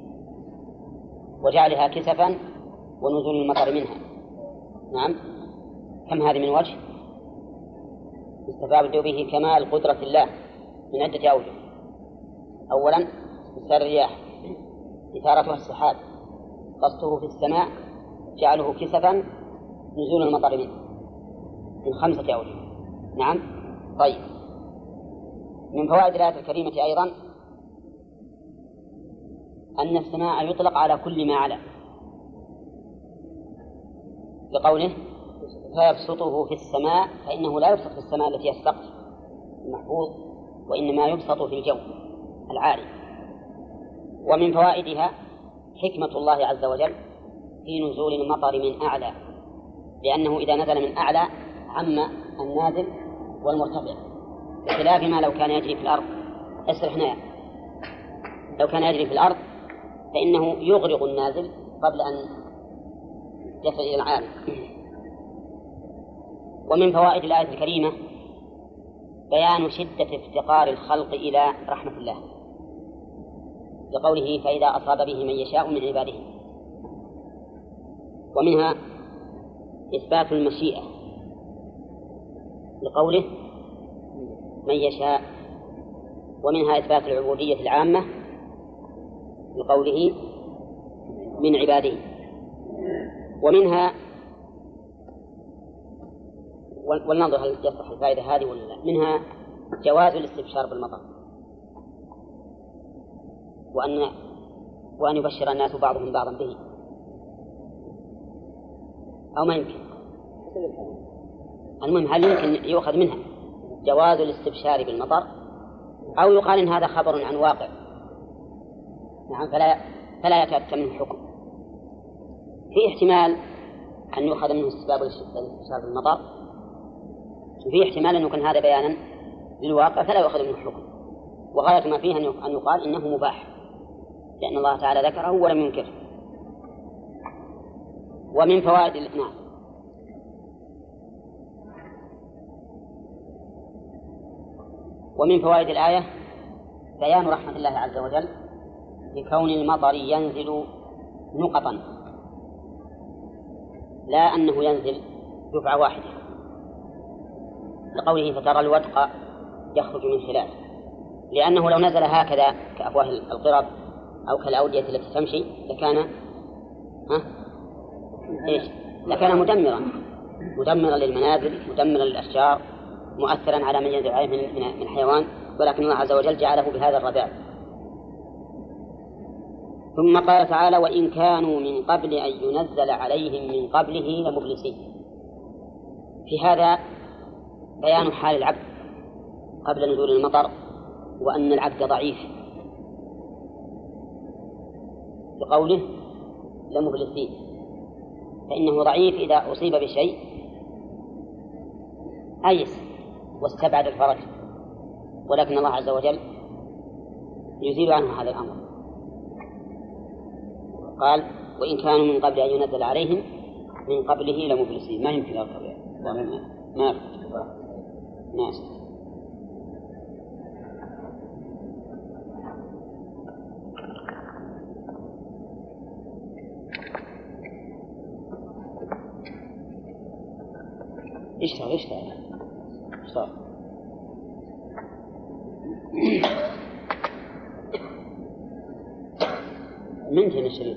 وجعلها كسفا ونزول المطر منها. نعم. كم هذه من وجه استفاد به كمال قدرة الله من عدة أوجه. أولا إرسال الرياح إثارتها السحاب بسطه في السماء جعله كسفا نزول المطر منه من 5 أوجه. نعم. طيب من فوائد الآية الكريمة أيضا أن السماء يطلق على كل ما علا لقوله فيبسطه في السماء، فإنه لا يبسط في السماء التي هي السقف المحفوظ، وإنما يبسط في الجو العالي. ومن فوائدها حكمة الله عز وجل في نزول المطر من أعلى، لأنه إذا نزل من أعلى عم النازل والمرتفع، بخلاف ما لو كان يجري في الأرض. اسرحنا لو كان يجري في الأرض فإنه يغرق النازل قبل أن يصل إلى العالي. ومن فوائد الآية الكريمة بيان شدة افتقار الخلق إلى رحمة الله لقوله فإذا أصاب به من يشاء من عباده. ومنها إثبات المشيئة لقوله من يشاء، ومنها إثبات العبودية العامة لقوله من عباده. ومنها ولننظر هل يصح الفائدة هذه ولا لا. منها جواز الاستبشار بالمطر، وأن يبشر الناس بعضهم بعضا به، أو ما يمكن. المهم هل يمكن يؤخذ منها جواز الاستبشار بالمطر أو يقال إن هذا خبر عن واقع، نعم، فلا يتأتى منه حكم. في احتمال أن يؤخذ منه استباب الانتشار المطر، وفي احتمال أن يكون هذا بيانا للواقع فلا يؤخذ منه حكم، وغاية ما فيه أن يقال إنه مباح لأن الله تعالى ذكره ولم ينكره. ومن فوائد نعم. ومن فوائد الآية بيان رحمة الله عز وجل بكون المطر ينزل نقطا، لا أنه ينزل دفعة واحدة، لقوله فترى الودق يخرج من خلاله، لأنه لو نزل هكذا كأفواه القرب أو كالأودية التي تمشي لكان مدمرا للمنازل، مدمرا للأشجار، مؤثرا على من ينزل عليه من حيوان، ولكن الله عز وجل جعله بهذا الرذاذ. ثم قال تعالى وإن كانوا من قبل أن ينزل عليهم من قبله لمبلسين. في هذا بيان حال العبد قبل نزول المطر، وأن العبد ضعيف، بقوله لمبلسين، فإنه ضعيف إذا أصيب بشيء أيس واستبعد الفرج، ولكن الله عز وجل يزيل عنه هذا الأمر. قال وإن كانوا من قبل أن ينزل عليهم من قبله لمبلسين. ما يمكن أركب ما اشتغل منتهي الشريط.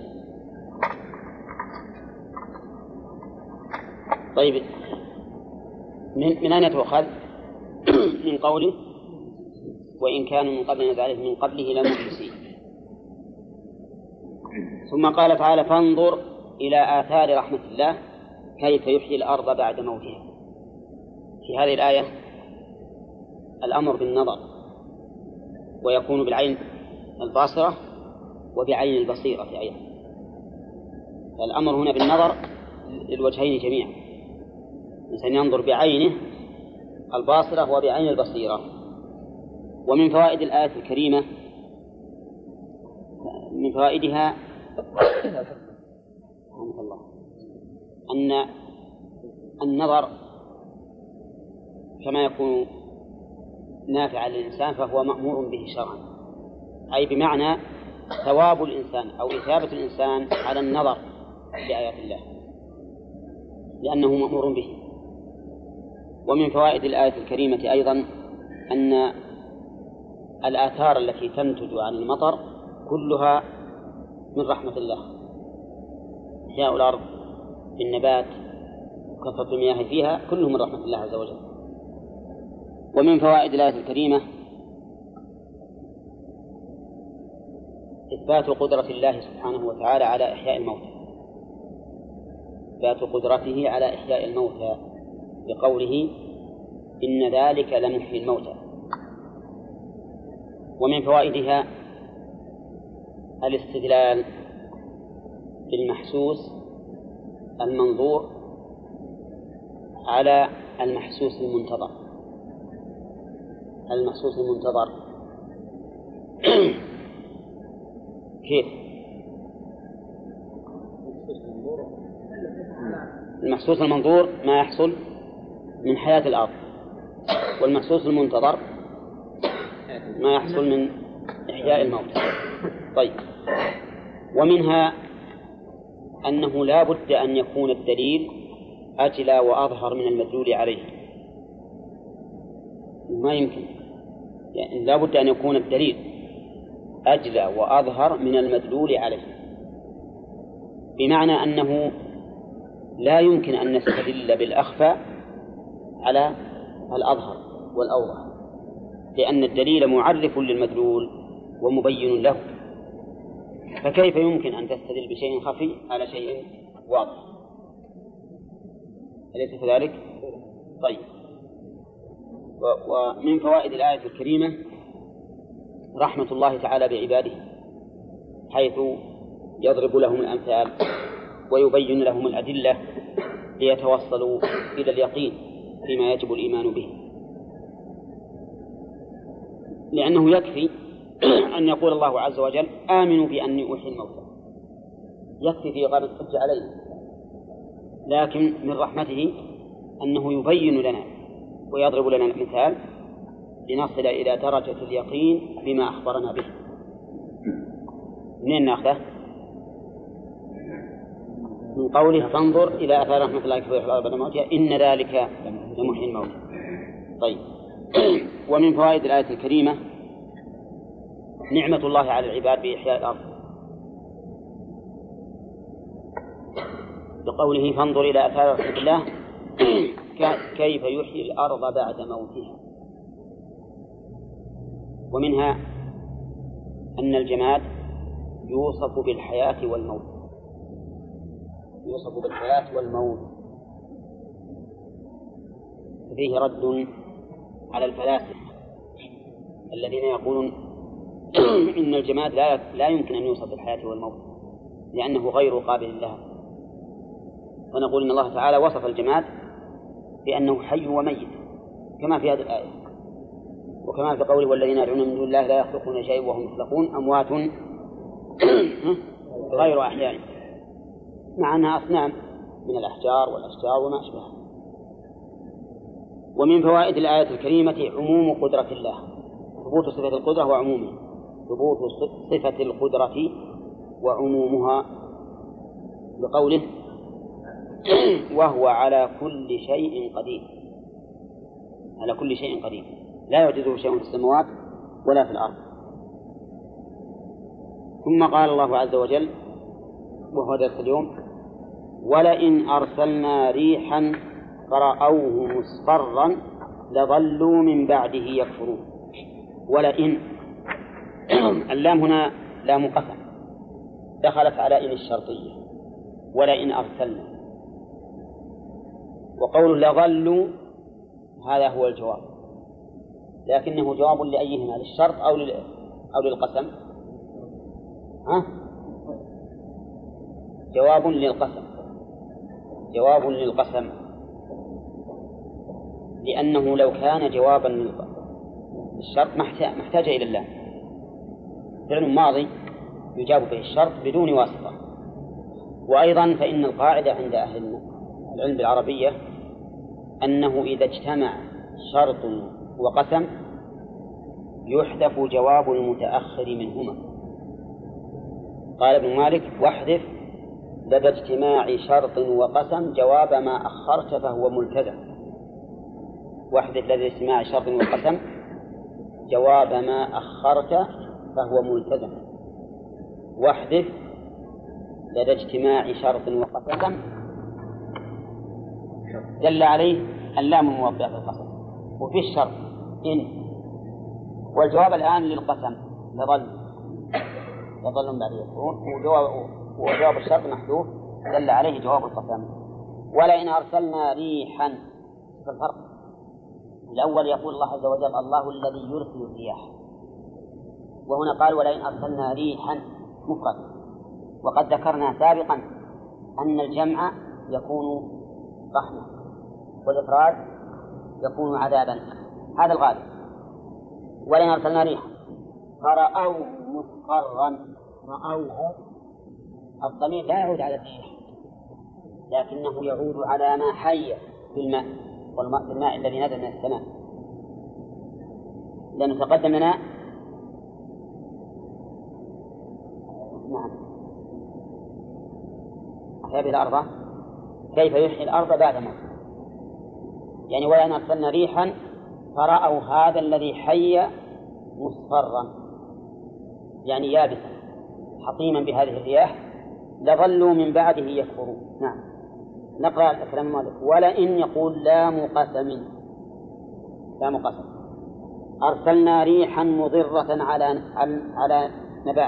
طيب من أين تؤخذ؟ من قوله وإن كانوا من قبل نزل عليهم من قبله لمبلسين. ثم قال تعالى فانظر إلى آثار رحمة الله كيف يحيي الأرض بعد موتها. في هذه الآية الأمر بالنظر، ويكون بالعين الباصرة وبعين البصيرة أيضا. الأمر هنا بالنظر للوجهين جميعا، الإنسان ينظر بعينه الباصرة وبعين البصيرة. ومن فوائد الآية الكريمة من فوائدها أن النظر كما يكون نافعا للإنسان فهو مأمور به شرعا، أي بمعنى ثواب الإنسان أو إثابة الإنسان على النظر لآيات الله لأنه مأمور به. ومن فوائد الآية الكريمة أيضا أن الآثار التي تنتج عن المطر كلها من رحمة الله، إحياء الأرض بالنبات وكثرة المياه فيها كله من رحمة الله عز وجل. ومن فوائد الآية الكريمة إثبات قدرة الله سبحانه وتعالى على إحياء الموتى، إثبات قدرته على إحياء الموتى بقوله إن ذلك لمحيي الموتى. ومن فوائدها الاستدلال بالمحسوس المنظور على المحسوس المنتظر. المحسوس المنتظر كيف؟ المحسوس المنظور ما يحصل من حياة الأرض، والمحسوس المنتظر ما يحصل من إحياء الموت. طيب، ومنها أنه لا بد أن يكون الدليل أجلى وأظهر من المدلول عليه، ما يمكن، يعني لا بد أن يكون الدليل أجلى وأظهر من المدلول عليه، بمعنى أنه لا يمكن أن نستدل بالأخفى على الأظهر والأوضح، لأن الدليل معرف للمدلول ومبين له، فكيف يمكن أن تستدل بشيء خفي على شيء واضح؟ أليس كذلك؟ طيب، ومن فوائد الآية الكريمة رحمة الله تعالى بعباده، حيث يضرب لهم الأمثال ويبين لهم الأدلة ليتوصلوا إلى اليقين فيما يجب الإيمان به. لأنه يكفي أن يقول الله عز وجل آمنوا بأني أحيي الموتى، يكفي في إقامة الحجة عليه، لكن من رحمته أنه يبين لنا ويضرب لنا المثال لنصل إلى درجة اليقين بما أخبرنا به. منين نأخذه؟ من قوله فانظر إلى آثار رحمة الله كيف يحيي الأرض بعد موتها إن ذلك لمحيي الموتى. طيب، ومن فوائد الآية الكريمة نعمة الله على العباد بإحياء الأرض، بقوله فانظر إلى آثار رحمة الله كيف يحيي الأرض بعد موتها. ومنها أن الجماد يوصف بالحياة والموت، يوصف بالحياة والموت، فيه رد على الفلاسفة الذين يقولون إن الجماد لا يمكن أن يوصف بالحياة والموت لأنه غير قابل لها، ونقول إن الله تعالى وصف الجماد بأنه حي وميت كما في هذه الآية، وكما في قوله والذين يدعون من دون الله لا يخلقون شيئا وهم يخلقون أموات غير أحياء، مع أنها أصنام من الأحجار والأشجار وما أشبهها. ومن فوائد الآية الكريمة عموم قدرة الله، ثبوت صفة القدرة وعمومها، ثبوت صفة القدرة وعمومها، بقوله وهو على كل شيء قدير، على كل شيء قدير لا يعجزه شيء في السماوات ولا في الأرض. ثم قال الله عز وجل وهو درس اليوم ولئن أرسلنا ريحا فرأوه مصفرا لظلوا من بعده يكفرون. ولئن اللام هنا لام قسم دخلت على إن الشرطية، ولئن أرسلنا، وقول لظلوا هذا هو الجواب، لكنه جواب لأيهما، للشرط أو للقسم؟ جواب للقسم، جواب للقسم، لأنه لو كان جوابا للشرط ما احتاج إلى الله، فعل ماضي يجاب به الشرط بدون واسطة. وأيضا فإن القاعدة عند أهل العلم بالعربية أنه إذا اجتمع شرط وقسم يحذف جواب المتأخر منهما. قال ابن مالك واحذف لدى اجتماع شرط وقسم جواب ما أخرت فهو ملتزم، واحذف لدى اجتماع شرط وقسم جواب ما أخرت فهو ملتزم، واحذف لدى اجتماع شرط وقسم دل عليه اللام الموضع في القسم وفي الشرط إن، والجواب الآن للقسم لظل بعد يكفرون، وجواب الشرط محذوف دل عليه جواب القسم. ولئن أرسلنا ريحا، في الفرق الأول يقول الله عز وجل الله الذي يرسل الرياح، وهنا قال ولئن أرسلنا ريحا مفرد، وقد ذكرنا سابقا أن الجمع يكون رحمة والإفراد يكون عذابا، هذا الغالب. ولئن أرسلنا ريحا فرأوه مصفرا، رأوه الضمير لا يعود على الريح لكنه يعود على ما حي في الماء، والماء في الماء الذي نزل من السماء، لأنه تقدم لنا نعم أحيا به الأرض كيف يحيي الأرض بعد موتها، يعني ولئن أرسلنا ريحا فرأوا هذا الذي حي مصفرا يعني يابسا حطيما بهذه الرياح لظلوا من بعده يكفرون. نعم نقرأ الكلام مالك ولئن يقول لام قسم أرسلنا ريحا مضرة على نبات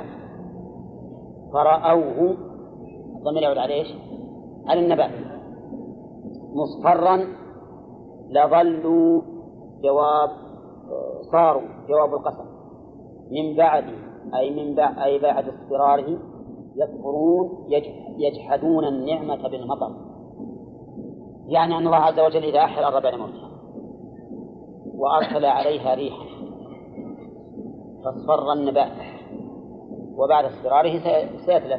فرأوه، الضمير يعود على إيش؟ على النبات، مصفرا لظلوا صاروا جواب القسم، من بعد أي بعد اضطراره يكفرون يجحدون النعمة بالمطر، يعني أن الله عز وجل إذا أحيا الأرض بعد موتها وأرسل عليها ريحا فاصفر النبات وبعد اصفراره سيتلف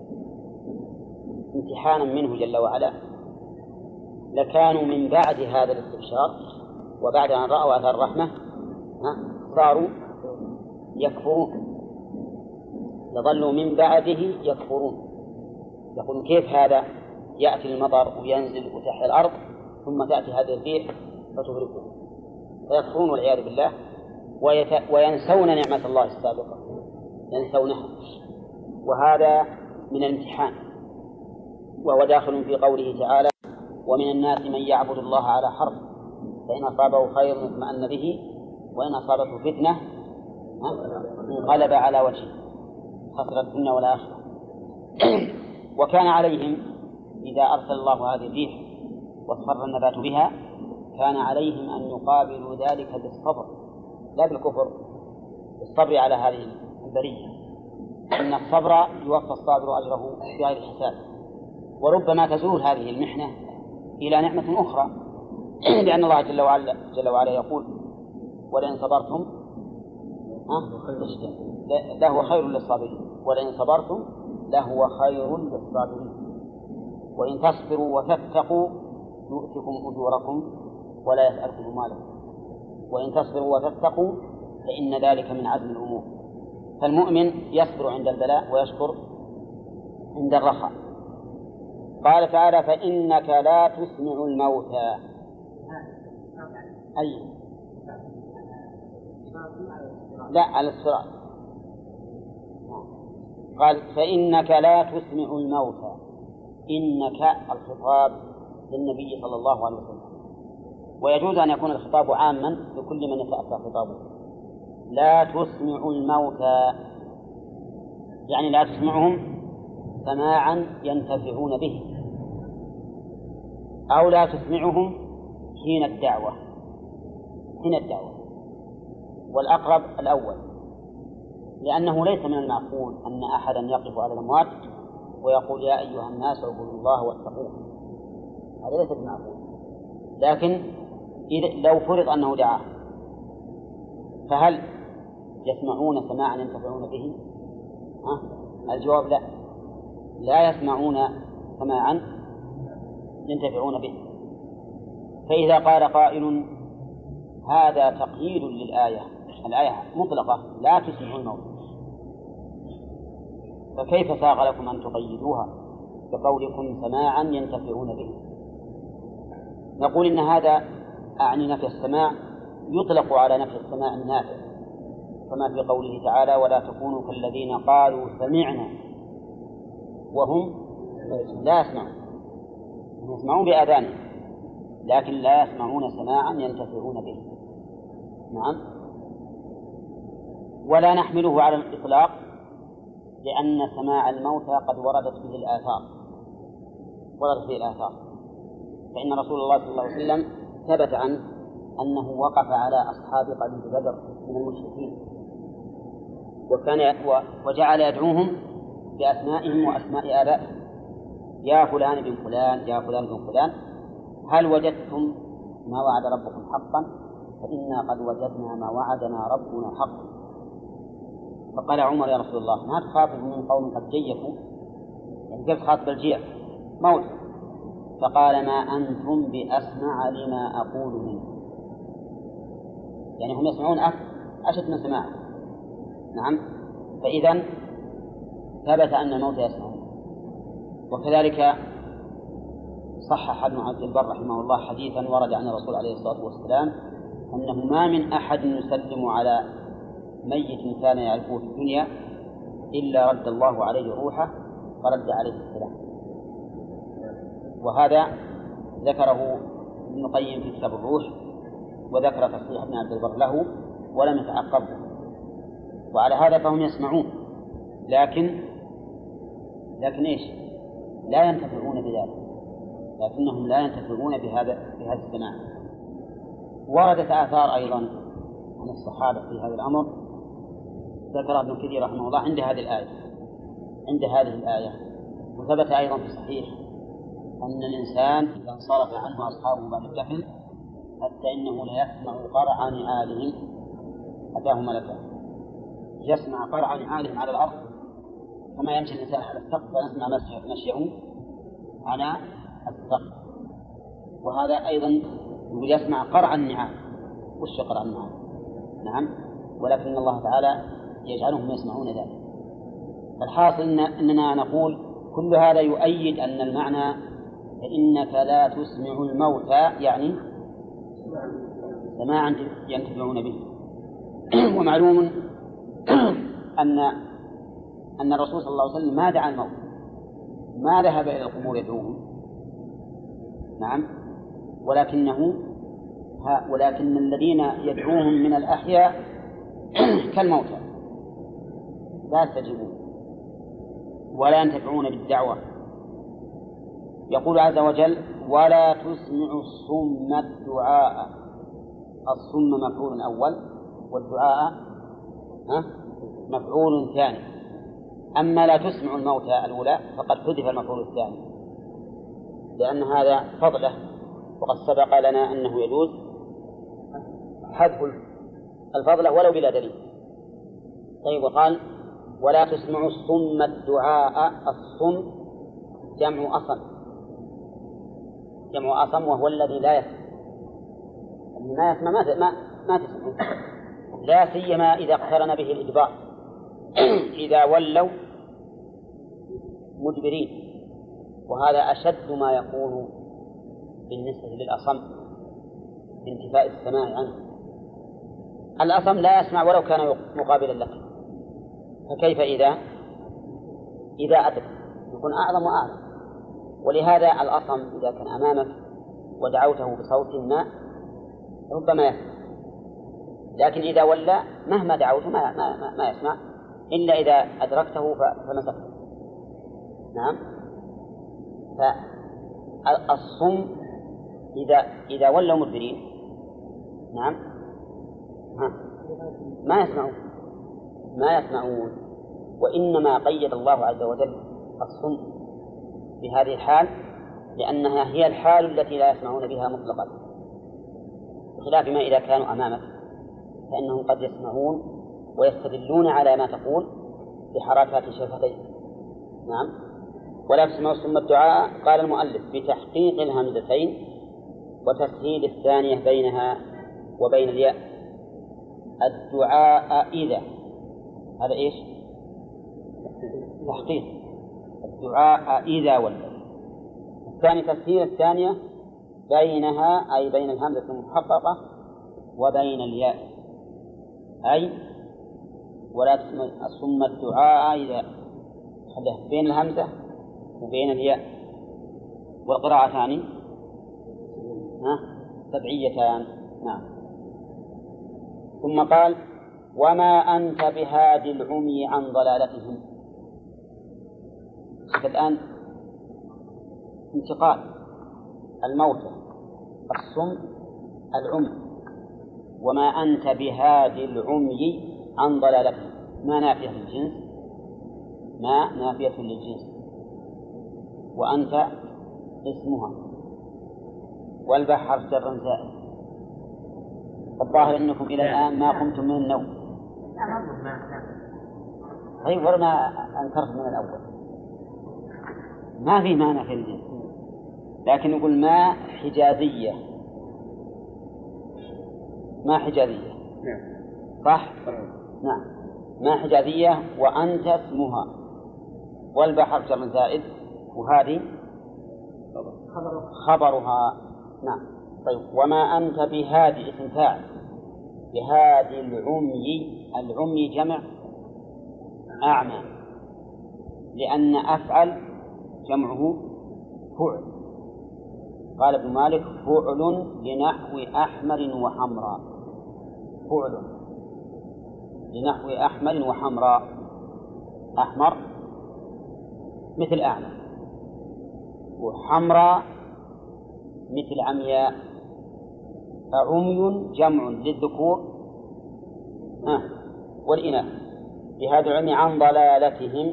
امتحانا منه جل وعلا، لكانوا من بعد هذا الاستبشار وبعد أن رأوا أثر الرحمة صاروا يكفرون، يظلوا من بعده يكفرون، يقولون كيف هذا يأتي المطر وينزل وتحيا الأرض ثم تأتي هذه الريح فتهلكهم، فيكفرون والعياذ بالله وينسون نعمة الله السابقة، ينسونها، وهذا من الامتحان. وهو داخل في قوله تعالى: ومن الناس من يعبد الله على حرف فإن أصابه خير اطمأن به وإن أصابته فتنة انقلب على وجهه خسر الدنيا والآخرة. وكان عليهم إذا أرسل الله هذه الريح واصفر النبات بها كان عليهم أن يقابلوا ذلك بالصبر لا بالكفر، بالصبر على هذه البرية، إن الصبر يوفى الصابر أجره بغير حساب. وربما تزول هذه المحنة إلى نعمة أخرى، لأن الله جل وعلا يقول: ولئن صبرتم لهو خير للصابرين، ولئن صبرتم لهو خير للصابرين، وإن تصبروا وتتقوا يؤتكم أجوركم ولا يسألكم مالكم، وإن تصبروا وتتقوا فإن ذلك من عزم الأمور. فالمؤمن يصبر عند البلاء ويشكر عند الرخاء. قال تعالى: فإنك لا تسمع الموتى. أي لا على الصراط. قال: فإنك لا تسمع الموتى. إنك الخطاب للنبي صلى الله عليه وسلم، ويجوز أن يكون الخطاب عاما لكل من يتأتى خطابه. لا تسمع الموتى يعني لا تسمعهم سماعا ينتفعون به، أو لا تسمعهم حين الدعوة، والأقرب الأول، لأنه ليس من المعقول أن أحدا يقف على الأموات ويقول: يا أيها الناس اعبدوا الله واتقوه، هذا ليس بمعقول. لكن لو فرض أنه دعاه فهل يسمعون سماعا ينتفعون به؟ الجواب لا، لا يسمعون سماعا ينتفعون به. فإذا قال قائل: هذا تقييد للآية، الآية مطلقة لا تسمع الموت، فكيف ساغ لكم أن تقيدوها بقولكم سماعا ينتفعون به؟ نقول إن هذا أعني نفي السماع يطلق على نفي السماع النافع، كما في قوله تعالى: ولا تكونوا كالذين قالوا سمعنا وهم لا يسمعون. هم يسمعون بآذانهم لكن لا يسمعون سماعا ينتفعون به. نعم. ولا نحمله على الإطلاق لأن سماع الموتى قد وردت به الآثار، فإن رسول الله صلى الله عليه وسلم ثبت عنه أنه وقف على أصحاب قليل بدر من المشركين وجعل يدعوهم بأسمائهم وأسماء آبائهم: يا فلان بن فلان، يا فلان بن فلان، هل وجدتم ما وعد ربكم حقا؟ فإنا قد وجدنا ما وعدنا ربنا حقا. فقال عمر: يا رسول الله، ما تخاطب من قوم قد جيفوا، يعني كيف تخاطب الجيع موت؟ فقال: ما أنتم بأسمع لما أقول منه، يعني هم يسمعون أشد من سماعه. نعم. فإذن ثبت أن الموت يسمعون. وكذلك صحح ابن عبد البر رحمه الله حديثا ورد عن الرسول عليه الصلاة والسلام أنه ما من أحد يسلم على ميت كان يعرفه في الدنيا إلا رد الله عليه روحه فرد عليه السلام. وهذا ذكره ابن القيم في كتاب الروح، وذكر تصحيح ابن عبد البر له ولم يتعقبه. وعلى هذا فهم يسمعون لكن إيش؟ لا ينتفعون بذلك، لكنهم لا ينتفعون بهذا السماع. وردت آثار أيضا عن الصحابة في هذا الأمر، ذكر ابن كثير رحمه الله عند هذه الآية. وثبت أيضا في الصحيح أن الإنسان إذا انصرف عنه أصحابه بعد الدفن حتى إنه لا يسمع قرع نعالهم أتاه ملكان، يسمع قرع نعالهم على الأرض كما يمشي الإنسان على السقف فنسمع مشيه على السقف. وهذا أيضا يقول يسمع قرع النعال. وش قرع النعال؟ نعم، ولكن الله تعالى يجعلهم يسمعون ذلك. الحاصل أننا نقول كل هذا يؤيد أن المعنى فإنك لا تسمع الموتى يعني سماعا ينتفعون به. ومعلوم أن الرسول صلى الله عليه وسلم ما دعا الموت، ما ذهب إلى القبور يدعوهم، نعم، ولكن الذين يدعوهم من الأحياء كالموتى لا يستجيبون ولا ينتفعون بالدعوة. يقول عز وجل ولا تسمع الصم الدعاء. الصم مفعول أول والدعاء مفعول ثاني. أما لا تسمع الموتى الأولى فقد حذف المفعول الثاني لأن هذا فضله، وقد سبق لنا أنه يجوز حذف الفضله ولو بلا دليل. طيب، وقال ولا تسمع الصم الدعاء. الصم جمع أصم وهو الذي لا يسمع. ما يسمع ما تسمع، لا سيما إذا اقترن به الإدبار إذا ولوا مدبرين، وهذا أشد ما يكون بالنسبة للأصم بانتفاء السماع عنه. الأصم لا يسمع ولو كان مقابلا لك، فكيف إذا أدب يكون أعظم وأعظم. ولهذا الأصم إذا كان أمامك ودعوته بصوت ما ربما يسمع، لكن إذا ولى مهما دعوته ما يسمع إلا إذا أدركته فمسكته. نعم، فالصم إذا ولوا مدبرين نعم ما يسمعون. وإنما قيد الله عز وجل الصم بهذه الحال لأنها هي الحال التي لا يسمعون بها مطلقا، بخلاف ما إذا كانوا أمامك فإنهم قد يسمعون ويستدلون على ما تقول بحركات شفتيه. نعم، ولا تسمعوا الصم الدعاء. قال المؤلف بتحقيق الهمزتين وتسهيل الثانية بينها وبين الياء. الدعاء إذا هذا إيش؟ تحقيق الدعاء إذا ولوا. الثاني تسهيل الثانية بينها أي بين الهمزة المحققة وبين الياء، أي ولا تسمع الصم الدعاء إذا خليه بين الهمزة وبين الياء. والقراءتان سبعيتان. نعم. ثم قال وما أنت بهادي العمي عن ضلالتهم. الآن انتقال الموتى الصم العمي. وما أنت بهادي العمي عن ضلالتهم. ما نافية للجنس، ما نافية للجنس، وأنت اسمها، والبحر جر زائد. الظاهر أنكم إلى الآن ما قمتم من النوم. طيب، ورنا أنكرت من الأول. ما في معنى في الجنس، لكن نقول ما حجازية، ما حجازية، صح؟ نعم، ما حجازية. وأنت اسمها، والبحر جر زائد، وهذه خبرها. نعم. طيب، وما أنت بهادي اسم فاعل، بهادي العمي. العمي جمع أعمى، لأن أفعل جمعه فعل. قال ابن مالك فعل لنحو أحمر وحمراء. فعل لنحو أحمر وحمراء. أحمر مثل أعمى، وحمراء مثل عمياء. فعمي جمع للذكور والإناث، بهذا العلم عن ضلالتهم.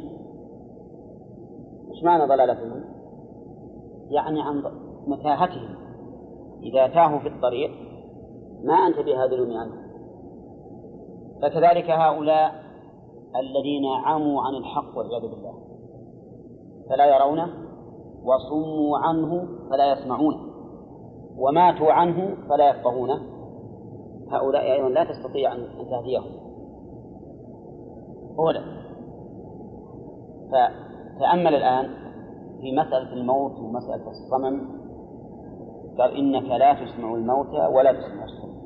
إيش معنى ضلالتهم؟ يعني عن متاهتهم، إذا تاهوا في الطريق ما أنت بهذا العلم عنه. فكذلك هؤلاء الذين عموا عن الحق والعياذ بالله فلا يرونه، وصموا عنه فلا يسمعونه، وماتوا عنه فلا يفقهونه، هؤلاء أيضا لا تستطيع أن تهديهم. أولا فتأمل الآن في مسألة الموت ومسألة الصمم، قال إنك لا تسمع الموتى ولا تسمع الصم.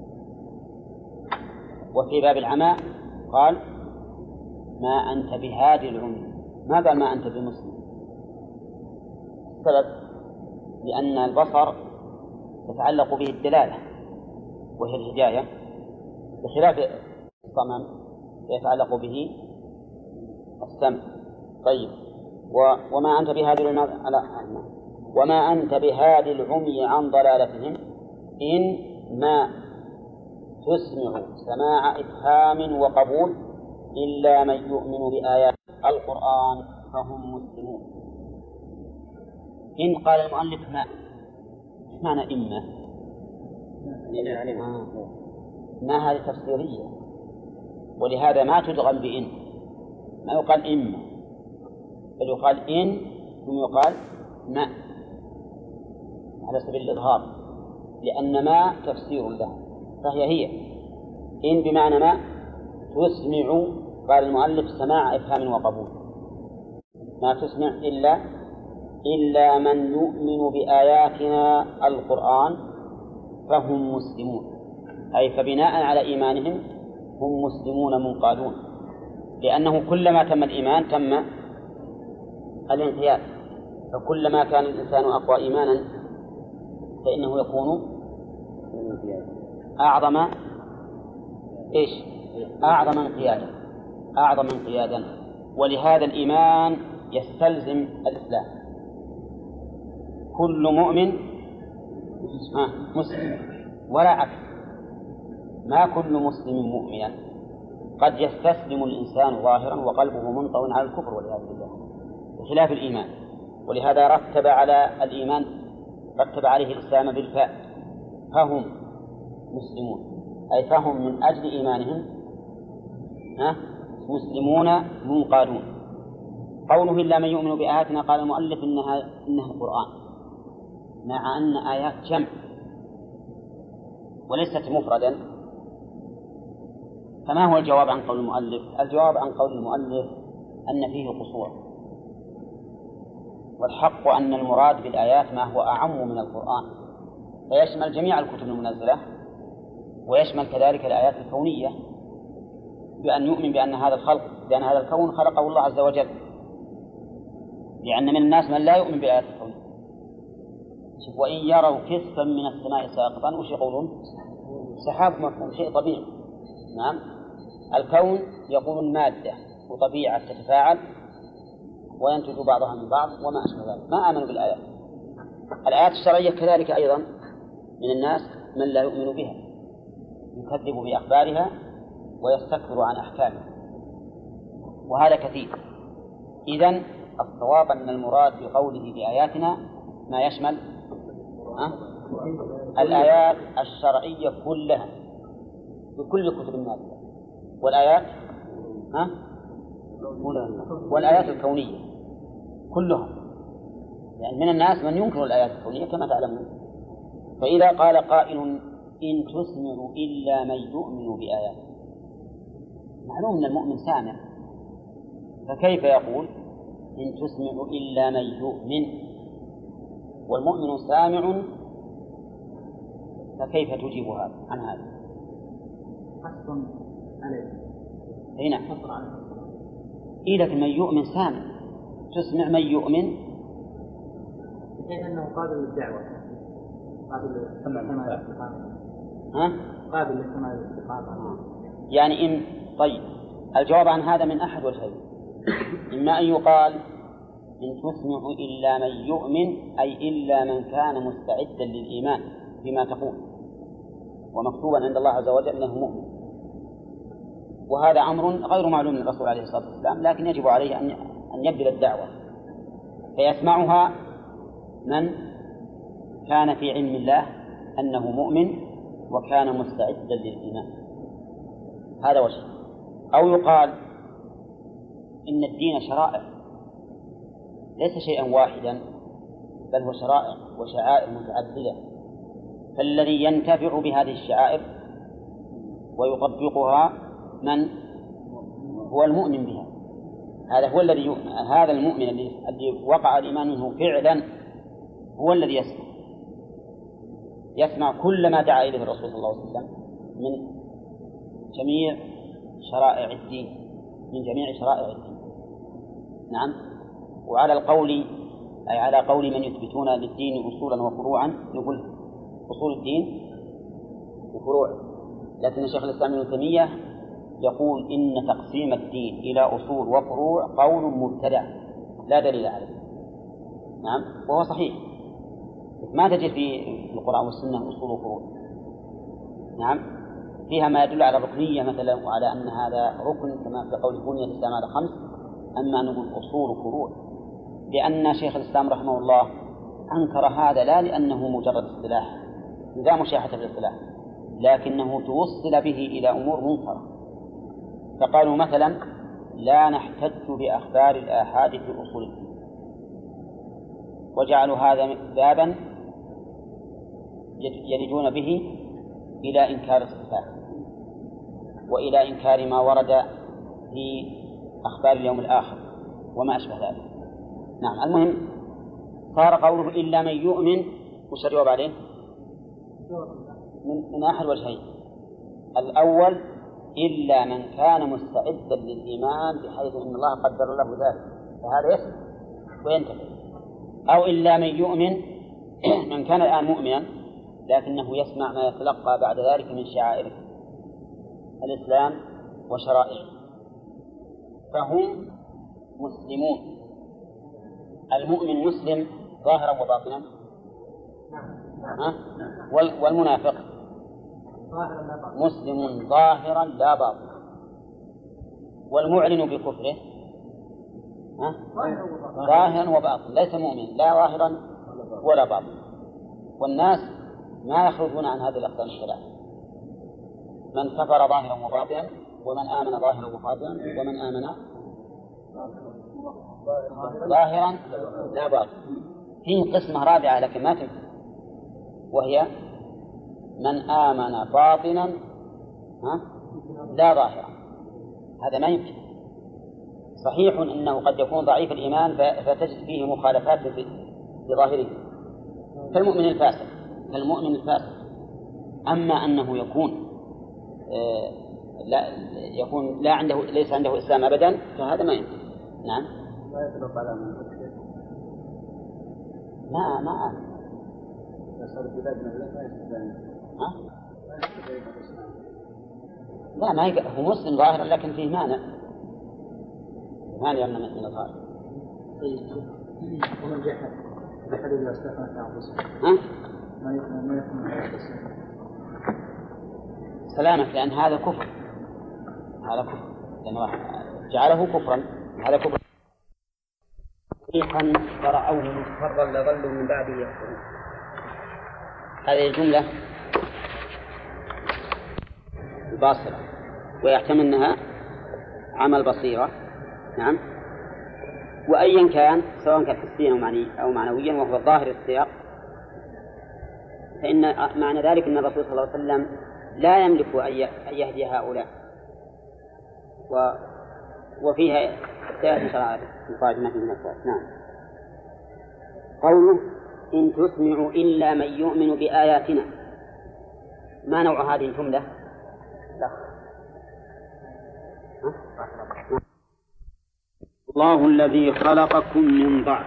وفي باب العمى قال ما أنت بهادي العمي، ما قال ما أنت بمسلم. السبب لأن البصر تتعلق به الدلالة وهي الهداية، بخلاف الصمم يتعلق به السمع. طيب وما أنت بهادي العمي وما أنت بهادي العمي عن ضلالتهم إن ما تسمع سماع إفهام وقبول إلا من يؤمن بآيات القرآن فهم مسلمون. إن قال المؤلف ما معنى إما؟ ما هذه تفسيرية، ولهذا ما تدغم بإن، ما يقال إما، بل يقال إن ثم يقال ما على سبيل الإظهار، لأن ما تفسير له، فهي إن بمعنى ما تسمع، قال المؤلف سماع إفهام وقبول، ما تسمع إلا من يؤمن بآياتنا القرآن فهم مسلمون، أي فبناء على إيمانهم هم مسلمون منقادون، لأنه كلما تم الإيمان تم الانقياد، فكلما كان الإنسان أقوى إيمانا فإنه يكون أعظم انقيادا، ولهذا الإيمان يستلزم الإسلام. كل مؤمن مسلم ولا عكس، ما كل مسلم مؤمنا، قد يستسلم الإنسان ظاهرا وقلبه منطوي على الكفر والعياذ بالله بخلاف الإيمان. ولهذا رتب على الإيمان رتب عليه الإسلام بالفاء، فهم مسلمون، أي فهم من أجل إيمانهم مسلمون منقادون. قوله إلا من يؤمن بآياتنا، قال المؤلف إنها القرآن، مع أن آيات جمع وليست مفردا. فما هو الجواب عن قول المؤلف؟ الجواب عن قول المؤلف أن فيه قصور، والحق أن المراد بالآيات ما هو أعم من القرآن، فيشمل جميع الكتب المنزلة، ويشمل كذلك الآيات الكونية، بأن يؤمن بأن هذا الكون خلقه الله عز وجل، لأن من الناس من لا يؤمن بآيات الكون. وإن يروا كسفا من السماء ساقطا وش يقولون؟ سحاب مفهوم، شيء طبيعي. نعم، الكون يقولون مادة وطبيعة تتفاعل وينتج بعضها من بعض وما أشبه ذلك، ما آمنوا بالآيات. الآيات الشرعية كذلك أيضا من الناس من لا يؤمن بها، يكذب بأخبارها ويستكبر عن أحكامها، وهذا كثير. إذن الصواب أن المراد بقوله بآياتنا ما يشمل الآيات الشرعية كلها بكل كتب الناس، والآيات الكونية كلها، يعني من الناس من ينكر الآيات الكونية كما تعلمون. فإذا قال قائل إن تسمع إلا من يؤمن بآيات، معلوم أن المؤمن سامع، فكيف يقول إن تسمع إلا من يؤمن والمؤمن سامع؟ فكيف تجيب عن هذا؟ حصر عليه هنا حصر عليه. لكن من يؤمن سامع، تسمع من يؤمن بحيث أنه قابل للدعوة، قابل للسماع قابل للسماع والاستقامة. يعني إن طيب الجواب عن هذا من أحد وجهين، إما أن يقال إن تسمع إلا من يؤمن، أي إلا من كان مستعدا للإيمان بما تقول ومكتوبا عند الله عز وجل أنه مؤمن، وهذا أمر غير معلوم للرسول عليه الصلاة والسلام، لكن يجب عليه أن يبذل الدعوة، فيسمعها من كان في علم الله أنه مؤمن وكان مستعدا للإيمان. هذا وجه. أو يقال إن الدين شرائع ليس شيئا واحدا، بل هو شرائع وشعائر متعددة، فالذي ينتفع بهذه الشعائر ويطبقها من هو المؤمن بها. هذا هو الذي هذا المؤمن الذي وقع الإيمان منه فعلا هو الذي يسمع كل ما دعا إليه الرسول صلى الله عليه وسلم من جميع شرائع الدين، من جميع شرائع الدين. نعم. وعلى القول أي على قول من يثبتون للدين أصولا وفروعا، نقول أصول الدين وفروع، لكن الشيخ الإسلام ابن تيمية يقول إن تقسيم الدين إلى أصول وفروع قول مبتدع لا دليل عليه. نعم. وهو صحيح، ما تجد في القرآن والسنة أصول وفروع. نعم. فيها ما يدل على الركنية مثلا، وعلى أن هذا ركن كما في قول بني الإسلام على 5، أما نقول أصول وفروع لأن شيخ الإسلام رحمه الله أنكر هذا لا لأنه مجرد اصطلاح لا مشاحة في الاصطلاح، لكنه توصل به إلى أمور منكرة. فقالوا مثلا لا نحتج بأخبار الآحاد في أصول الدين، وجعلوا هذا بابا يلجون به إلى إنكار الصفات وإلى إنكار ما ورد في أخبار اليوم الآخر وما أشبه ذلك. نعم. المهم صار قوله إلا من يؤمن، وش الجواب عليه؟ من أحد وجهين. الأول إلا من كان مستعدا للإيمان بحيث أن الله قدر له ذلك، فهذا يسمع وينتفع. أو إلا من يؤمن من كان الآن مؤمنا لكنه يسمع ما يتلقى بعد ذلك من شعائر الإسلام وشرائعه، فهم مسلمون. المؤمن مسلم ظاهرا وباطنا، والمنافق مسلم ظاهرا لا باطنا، والمعلن بكفره ظاهرا وباطنا، ليس مؤمن لا ظاهرا ولا باطنا. والناس ما يخرجون عن هذه الأقسام الثلاثة: من كفر ظاهرا وباطنا، ومن آمن ظاهرا وباطنا، ومن آمن ظاهرا لا باطنا. فيه قسمة رابعة لكن ما تنفع، وهي من آمن باطنا لا ظاهرا. هذا ما يمكن. صحيح أنه قد يكون ضعيف الإيمان فتجد فيه مخالفات في ظاهره كالمؤمن الفاسق. أما أنه يكون لا عنده ليس عنده إسلام أبدا، فهذا ما يمكن. نعم. لا يطلق على من أشرك. ما يصير بلادنا لا يستطيع. لا ما هو مسلم ظاهرا لكن فيه مانع يمنع من الظاهر. ومن جحد إذا استثنى تعبس ما يكون سلامك، لأن هذا كفر، لأنه جعله كفرا، هذا كفر. فريقا فرعوه مصفرا لظلوا من بعده يكفرون. هذه الجملة باصرة ويحتمل أنها عمل بصيرة. نعم. وأيا كان سواء كان حسيا أو معنويا وهو الظاهر السياق، فإن معنى ذلك أن الرسول صلى الله عليه وسلم لا يملك أن يهدي هؤلاء، وفيها سيأتي شرائع مقادمة من الناس. نعم. قوله إن تسمع إلا من يؤمن بآياتنا، ما نوع هذه الجملة؟ لا. الله الذي خلقكم من ضعف.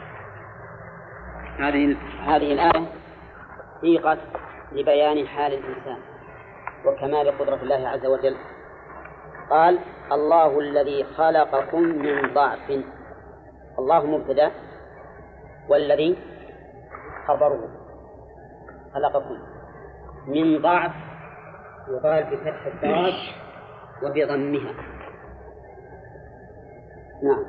هذه الآية صيغت لبيان حال الإنسان وكمال قدرة الله عز وجل. قال الله الذي خلقكم من ضعف، الله مبتدأ والذي خبره، خلقكم من ضعف، يقال بفتح الضاد وبضمها. نعم.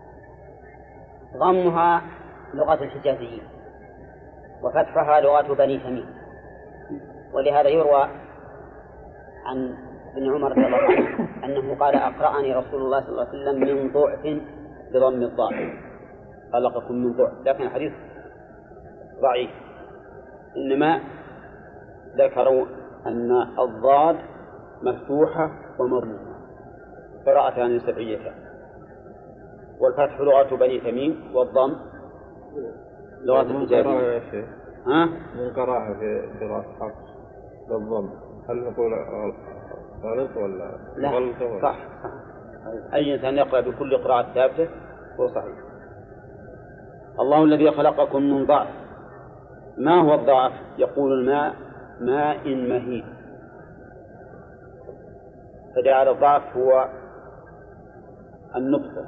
ضمها لغة الحجازيين وفتحها لغة بني تميم. ولهذا يروى عن ابن عمر رضي الله عنه أنه قال أقرأني رسول الله صلى الله عليه وسلم من ضعف بضم الضاء، خلقكم من ضعف، لكن الحديث ضعيف. إنما ذكروا أن الضاد مفتوحة ومضمومة قراءتان سبعيتان، والفتح لغة بني تميم والضم لغة الحجازيين. من قراءة في قراءة حفص بالضم، هل نقول غلط ولا غلط؟ لا، صح. أي إنسان يقرأ بكل قراءة ثابتة هو صحيح. الله الذي خلقكم من ضعف. ما هو الضعف؟ يقول الماء ماء مهين، فجعل الضعف هو النطفة،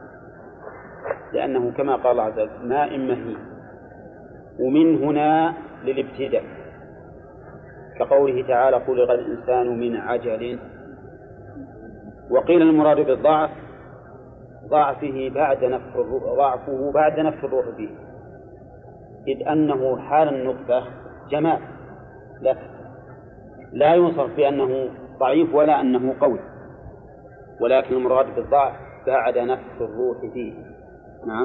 لأنه كما قال الله عز وجل ماء مهين. ومن هنا للابتداء، كقوله تعالى خلق الإنسان من عجل. وقيل المراد بالضعف ضعفه بعد نفخ الروح فيه، إذ أنه حال النطفة جمال لا يوصف بأنه ضعيف ولا أنه قوي، ولكن المراد بالضعف بعد نفخ الروح فيه. نعم،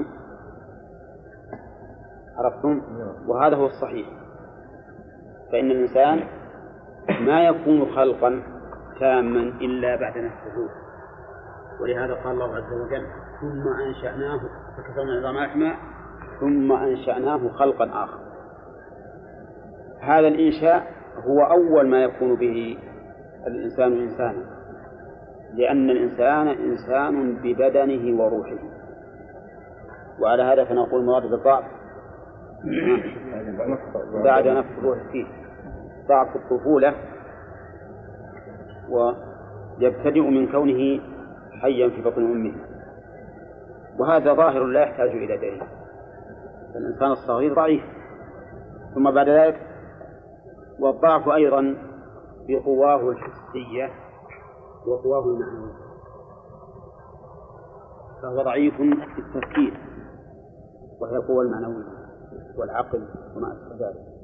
عرفتم؟ وهذا هو الصحيح. فإن الإنسان ما يكون خلقا تاما إلا بعد نفخ الروح، ولهذا قال الله عز وجل ثم أنشأناه فكسونا العظام لحما ثم أنشأناه خلقا آخر. هذا الإنشاء هو أول ما يكون به الإنسان إنسانا، لأن الإنسان إنسان ببدنه وروحه. وعلى هذا فنقول مراد بالضعف بعد نفخ الروح فيه ضعف الطفولة، ويبتدئ من كونه حيا في بطن أمه، وهذا ظاهر لا يحتاج إلى دليل. الإنسان الصغير ضعيف، ثم بعد ذلك والضعف أيضا بقواه الحسية وقواه المعنوية، فهو ضعيف في التفكير وهي القوى المعنوية والعقل وما أشبه ذلك.